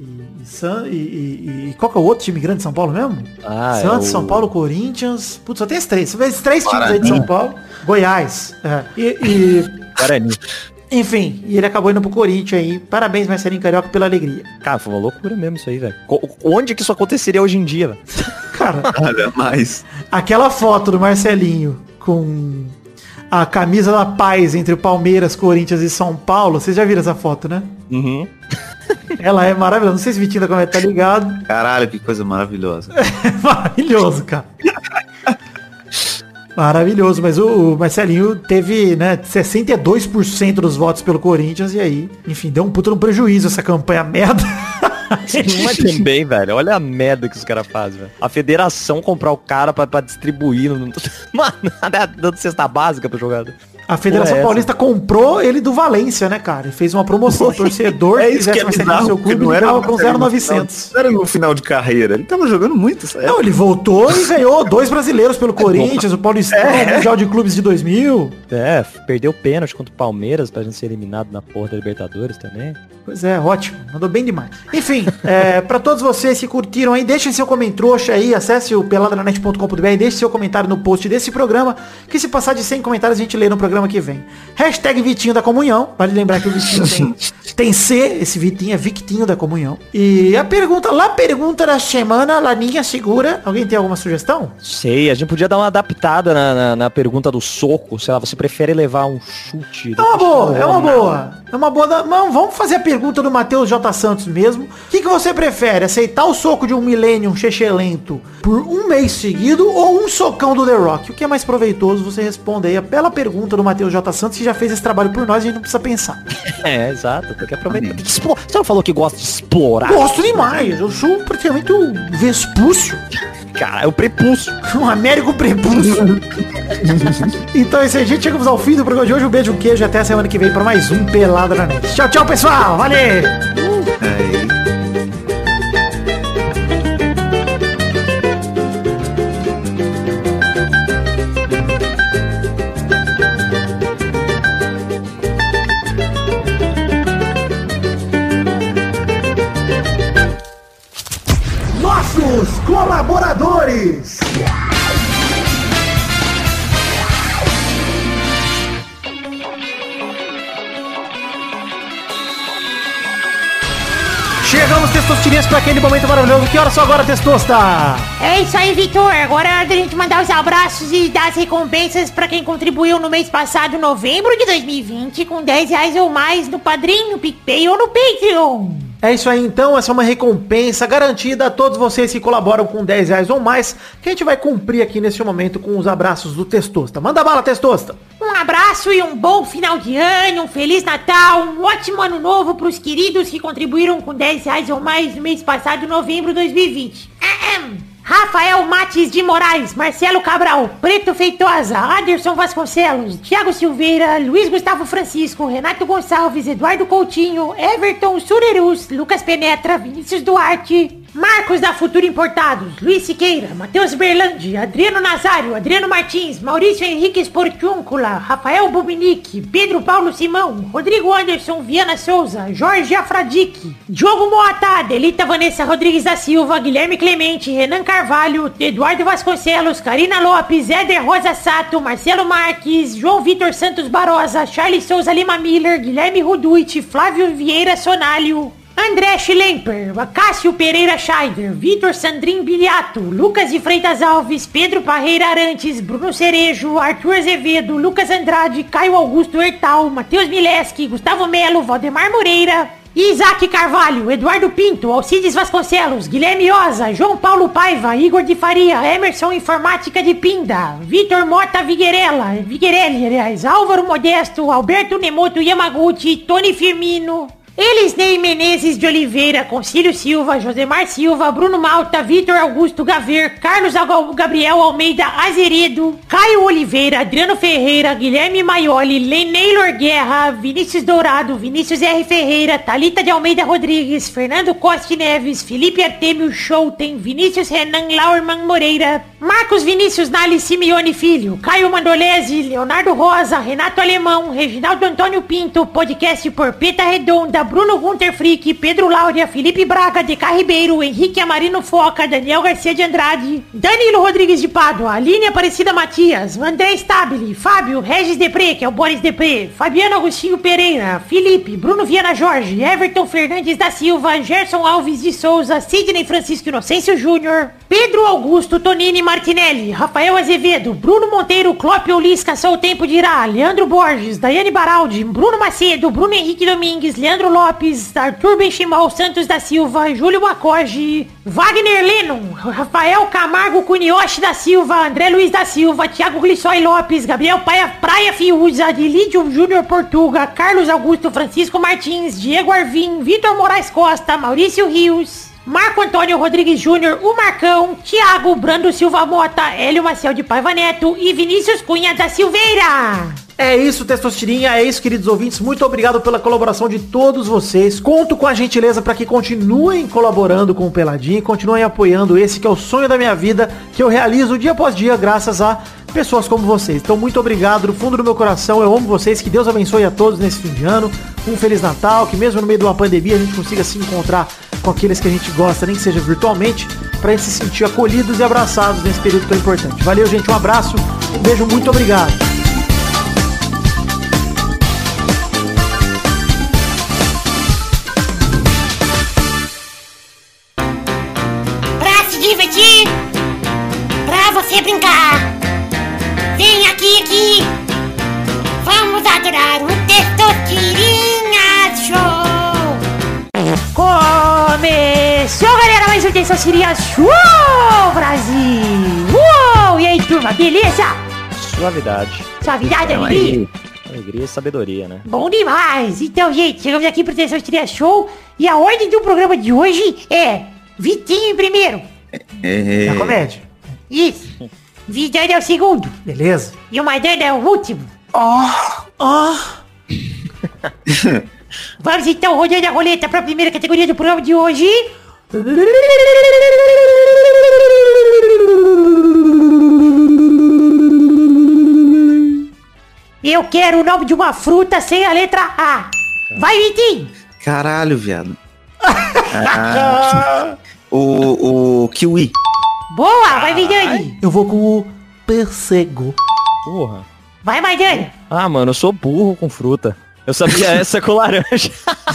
e qual que é o outro time grande de São Paulo mesmo? Santos, São Paulo, Corinthians. Putz, só tem esses 3. Você vê esses 3 times aí de São Paulo. Goiás. Guarani. Enfim, e ele acabou indo pro Corinthians aí. Parabéns, Marcelinho Carioca, pela alegria. Cara, foi uma loucura mesmo isso aí, velho. Onde que isso aconteceria hoje em dia, velho? Cara, mas aquela foto do Marcelinho com a camisa da paz entre o Palmeiras, Corinthians e São Paulo. Vocês já viram essa foto, né? Uhum. Ela é maravilhosa. Não sei se o Vitinho da Comédia tá ligado. Caralho, que coisa maravilhosa. Maravilhoso, cara. Maravilhoso, mas o Marcelinho teve, né, 62% dos votos pelo Corinthians e aí, enfim, deu um puta no prejuízo essa campanha merda. Mas também, velho, olha a merda que os caras fazem, velho. A federação comprar o cara pra distribuir. Mano, dando cesta básica pro jogador. A Federação Paulista comprou ele do Valência, né, cara? E fez uma promoção. Torcedor que quisesse Marcelinho no seu clube, não era com 0,900. Não era no final de carreira. Ele tava jogando muito, sabe? Não, ele voltou e ganhou 2 brasileiros pelo Corinthians, o Paulistão, o Mundial de Clubes de 2000. Perdeu pênalti contra o Palmeiras pra gente ser eliminado na porra da Libertadores também. Pois é, ótimo. Mandou bem demais. Enfim, pra todos vocês que curtiram aí, deixem seu comentário aí, acesse o peladranet.com.br, deixe seu comentário no post desse programa, que se passar de 100 comentários a gente lê no programa que vem. Hashtag Vitinho da Comunhão. Vale lembrar que o Vitinho tem C, esse Vitinho é Victinho da Comunhão. E a pergunta da semana, Laninha segura. Alguém tem alguma sugestão? Sei, a gente podia dar uma adaptada na pergunta do soco. Sei lá, você prefere levar um chute? É uma boa. Não, vamos fazer a pergunta do Matheus J. Santos mesmo. O que você prefere? Aceitar o soco de um Millennium Chechelento por um mês seguido ou um socão do The Rock? O que é mais proveitoso? Você responde aí a bela pergunta do Matheus J. Santos, que já fez esse trabalho por nós, a gente não precisa pensar. Exato. Tem que aproveitar. Você não falou que gosta de explorar? Gosto demais. Eu sou praticamente um Vespúcio. Cara, é o prepúcio. Um Américo prepúcio. Então é isso aí, gente. Chegamos ao fim do programa de hoje. Um beijo, um queijo. Até a semana que vem para mais um Pelada na Net. Tchau, tchau, pessoal. Valeu. Nossos colaboradores. Chegamos, Testosterinhas, para aquele momento maravilhoso. Que horas são agora, Testosta? É isso aí, Vitor. Agora é hora da gente mandar os abraços e dar as recompensas pra quem contribuiu no mês passado, novembro de 2020, com R$10 ou mais no Padrim, no PicPay ou no Patreon. É isso aí, então. Essa é uma recompensa garantida a todos vocês que colaboram com R$10 ou mais, que a gente vai cumprir aqui nesse momento com os abraços do Testosta. Manda bala, Testosta! Um abraço e um bom final de ano, um Feliz Natal, um ótimo ano novo pros queridos que contribuíram com R$10 ou mais no mês passado, novembro de 2020. Rafael Mates de Moraes, Marcelo Cabral, Preto Feitosa, Aderson Vasconcelos, Thiago Silveira, Luiz Gustavo Francisco, Renato Gonçalves, Eduardo Coutinho, Everton Surerus, Lucas Penetra, Vinícius Duarte, Marcos da Futuro Importados, Luiz Siqueira, Matheus Berlandi, Adriano Nazário, Adriano Martins, Maurício Henrique Sportúncula, Rafael Bubinique, Pedro Paulo Simão, Rodrigo Anderson Viana Souza, Jorge Afradique, Diogo Moata, Delita Vanessa Rodrigues da Silva, Guilherme Clemente, Renan Carvalho, Eduardo Vasconcelos, Karina Lopes, Éder Rosa Sato, Marcelo Marques, João Vitor Santos Barosa, Charles Souza Lima Miller, Guilherme Ruduit, Flávio Vieira Sonalho, André Schlemper, Cássio Pereira Scheider, Vitor Sandrin Biliato, Lucas de Freitas Alves, Pedro Parreira Arantes, Bruno Cerejo, Arthur Azevedo, Lucas Andrade, Caio Augusto Hertal, Matheus Mileski, Gustavo Melo, Valdemar Moreira, Isaac Carvalho, Eduardo Pinto, Alcides Vasconcelos, Guilherme Oza, João Paulo Paiva, Igor de Faria, Emerson Informática de Pinda, Vitor Mota Viguerelli, Álvaro Modesto, Alberto Nemoto Yamaguchi, Tony Firmino, Elisnei Menezes de Oliveira, Concílio Silva, Josemar Silva, Bruno Malta, Vitor Augusto Gaver, Carlos Gabriel Almeida Azeredo, Caio Oliveira, Adriano Ferreira, Guilherme Maioli, Leneilor Guerra, Vinícius Dourado, Vinícius R. Ferreira, Thalita de Almeida Rodrigues, Fernando Costa Neves, Felipe Artemio Schouten, Vinícius Renan Laurman Moreira, Marcos Vinícius Nali Simeone Filho, Caio Mandolese, Leonardo Rosa, Renato Alemão, Reginaldo Antônio Pinto, podcast Porpeta Redonda, Bruno Gunter Frick, Pedro Láudia, Felipe Braga, DK Ribeiro, Henrique Amarino Foca, Daniel Garcia de Andrade, Danilo Rodrigues de Pádua, Aline Aparecida Matias, André Stabile, Fábio, Regis Depré, que é o Boris Depré, Fabiano Agostinho Pereira, Felipe, Bruno Viana Jorge, Everton Fernandes da Silva, Gerson Alves de Souza, Sidney Francisco Inocêncio Júnior, Pedro Augusto Tonini Martinelli, Rafael Azevedo, Bruno Monteiro, Clópio Lisca, Só o Tempo Dirá, Leandro Borges, Daiane Baraldi, Bruno Macedo, Bruno Henrique Domingues, Leandro Lopes, Arthur Benchimol Santos da Silva, Júlio Macoge, Wagner Lennon, Rafael Camargo Cunioche da Silva, André Luiz da Silva, Thiago Glissói Lopes, Gabriel Praia Fiuza, Dilídio Júnior Portuga, Carlos Augusto Francisco Martins, Diego Arvim, Vitor Moraes Costa, Maurício Rios, Marco Antônio Rodrigues Júnior, o Marcão, Thiago Brando Silva Mota, Hélio Maciel de Paiva Neto e Vinícius Cunha da Silveira. É isso, Testosterinha, é isso, queridos ouvintes. Muito obrigado pela colaboração de todos vocês. Conto com a gentileza para que continuem colaborando com o Peladinho, continuem apoiando esse que é o sonho da minha vida, que eu realizo dia após dia graças a pessoas como vocês. Então, muito obrigado do fundo do meu coração. Eu amo vocês. Que Deus abençoe a todos nesse fim de ano. Um Feliz Natal. Que mesmo no meio de uma pandemia a gente consiga se encontrar com aqueles que a gente gosta, nem que seja virtualmente, pra gente se sentir acolhidos e abraçados nesse período tão importante. Valeu, gente. Um abraço. Um beijo. Muito obrigado. Divertir, pra você brincar. Vem aqui, vamos adorar o Testosterinha Show. Começou, galera, mais um Testosterinha Show, Brasil. Uou, e aí, turma, beleza? Suavidade. Suavidade, alegria? Alegria e sabedoria, né? Bom demais. Então, gente, chegamos aqui pro Testosterinha Show e a ordem do programa de hoje é Vitinho em primeiro. Na comédia. Isso. Vidano é o segundo. Beleza. E o Maidana é o último. Vamos então rodando a roleta para a primeira categoria do programa de hoje. Eu quero o nome de uma fruta sem a letra A. Vai, Vitinho. Caralho, viado. O kiwi. Boa, vai, Vidani. Eu vou com o pêssego. Porra. Vai, Maidana. Ah, mano, eu sou burro com fruta. Eu sabia essa com laranja.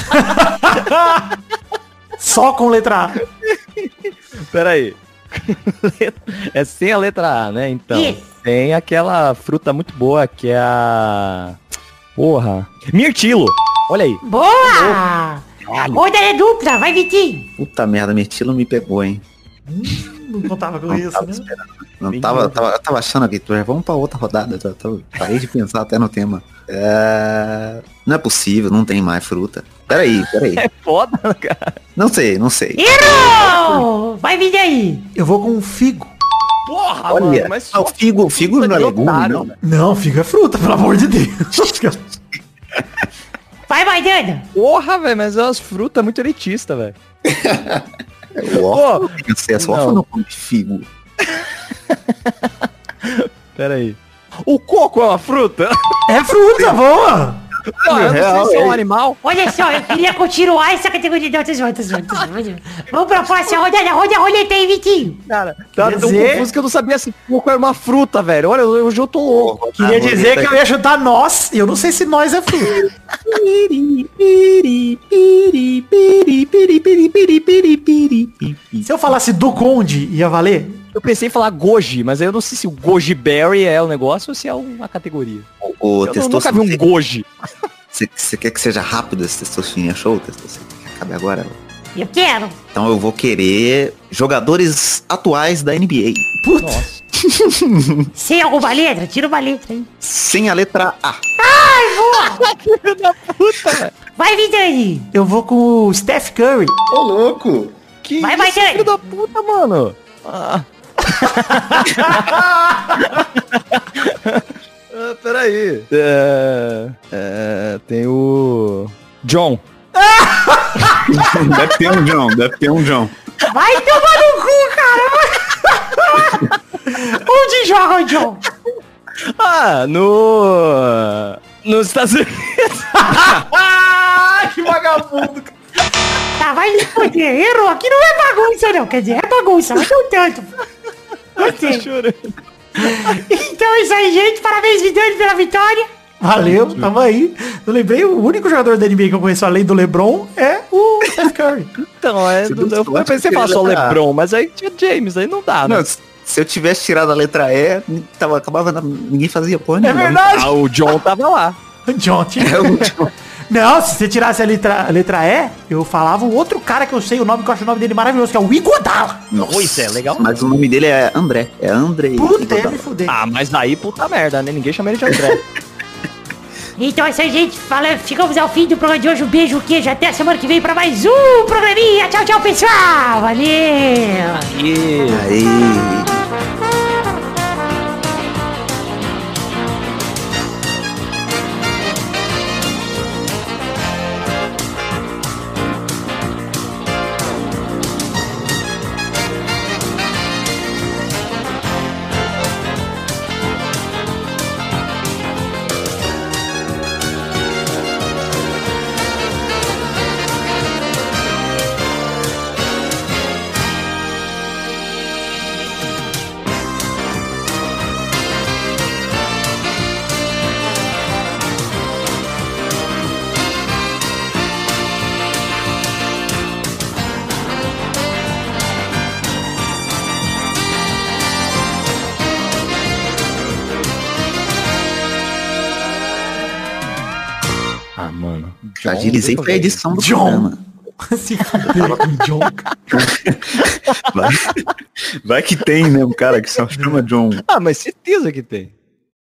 Só com letra A. Pera aí. É sem a letra A, né? Então, Isso. tem aquela fruta muito boa que é a... Porra. Mirtilo. Olha aí. Boa. Roda é dupla, vai, Vitinho. Puta merda, mirtilo me pegou, hein? Não contava com Não isso, tava né? esperando. Não tava achando aqui, vamos pra outra rodada. Parei de pensar até no tema. Não é possível, não tem mais fruta. Peraí. É foda, cara. Não sei. Errou! Vai, Vidani. Eu vou com um figo. Porra, Olha, mano, mas o figo não é legume, não? Não, figo é fruta, pelo amor de Deus. Vai, Maidana. Porra, velho, mas é umas frutas muito elitistas, velho. O órfão tem acesso, o órfão não come figo. Pera aí. O coco é uma fruta? É fruta, boa. Pô, eu não sei se é um animal. Olha só, eu queria continuar essa categoria de outras. Vamos pra próxima rodada. Roda a roleta aí, Vitinho. Cara, tá Quer tão dizer- confuso que eu não sabia se coco era uma fruta, velho. Olha, hoje eu tô louco. Queria dizer que eu ia chutar nós. E eu não sei se nós é fruta. Se eu falasse do Conde, ia valer? Eu pensei em falar goji, mas aí eu não sei se o goji berry é o negócio ou se é uma categoria. O Eu nunca vi um goji. Você quer que seja rápido esse Testosterinha Show? Testosterinha? Que acabe agora. Eu quero. Então eu vou querer jogadores atuais da NBA. Nossa. Sem alguma letra? Tira uma letra, hein? Sem a letra A. Ai, boa. Filho da puta, velho. Vai, Vidani. Eu vou com o Steph Curry. Ô, louco. Que Vai, isso, Vidani. filho da puta, mano. Ah. Peraí. Tem o... John. Deve ter um John. Vai tomar no cu, cara. Onde joga o John? Nos Estados Unidos. Que vagabundo. Tá, vai me foder. Errou. Aqui não é bagunça, não. Quer dizer, é bagunça, mas não tanto. Gostei. Então é isso aí, gente. Parabéns, Vidani, pela vitória. Valeu, tamo aí. Eu lembrei, o único jogador da NBA que eu conheço além do LeBron é o Steph Curry. Então, eu pensei em falar só LeBron, mas aí tinha James, aí não dá, né? Não, se eu tivesse tirado a letra E, ninguém fazia porra nenhuma. É verdade. O John tava lá. John tinha... Não, se você tirasse a letra E, eu falava o outro cara que eu sei o nome, que eu acho o nome dele maravilhoso, que é o Iguodala. Nossa, Isso é legal. Mas o nome dele é André. É André. Puta, me fudei. Mas aí, puta merda, né? Ninguém chama ele de André. Então é isso aí, gente. Ficamos ao fim do programa de hoje. Um beijo, queijo. Até a semana que vem pra mais um programinha. Tchau, tchau, pessoal. Valeu. Aí. Mano. Agilizei pra edição do John. programa. Se fudeu com o John. Vai que tem, né? Um cara que só chama John. Mas certeza que tem.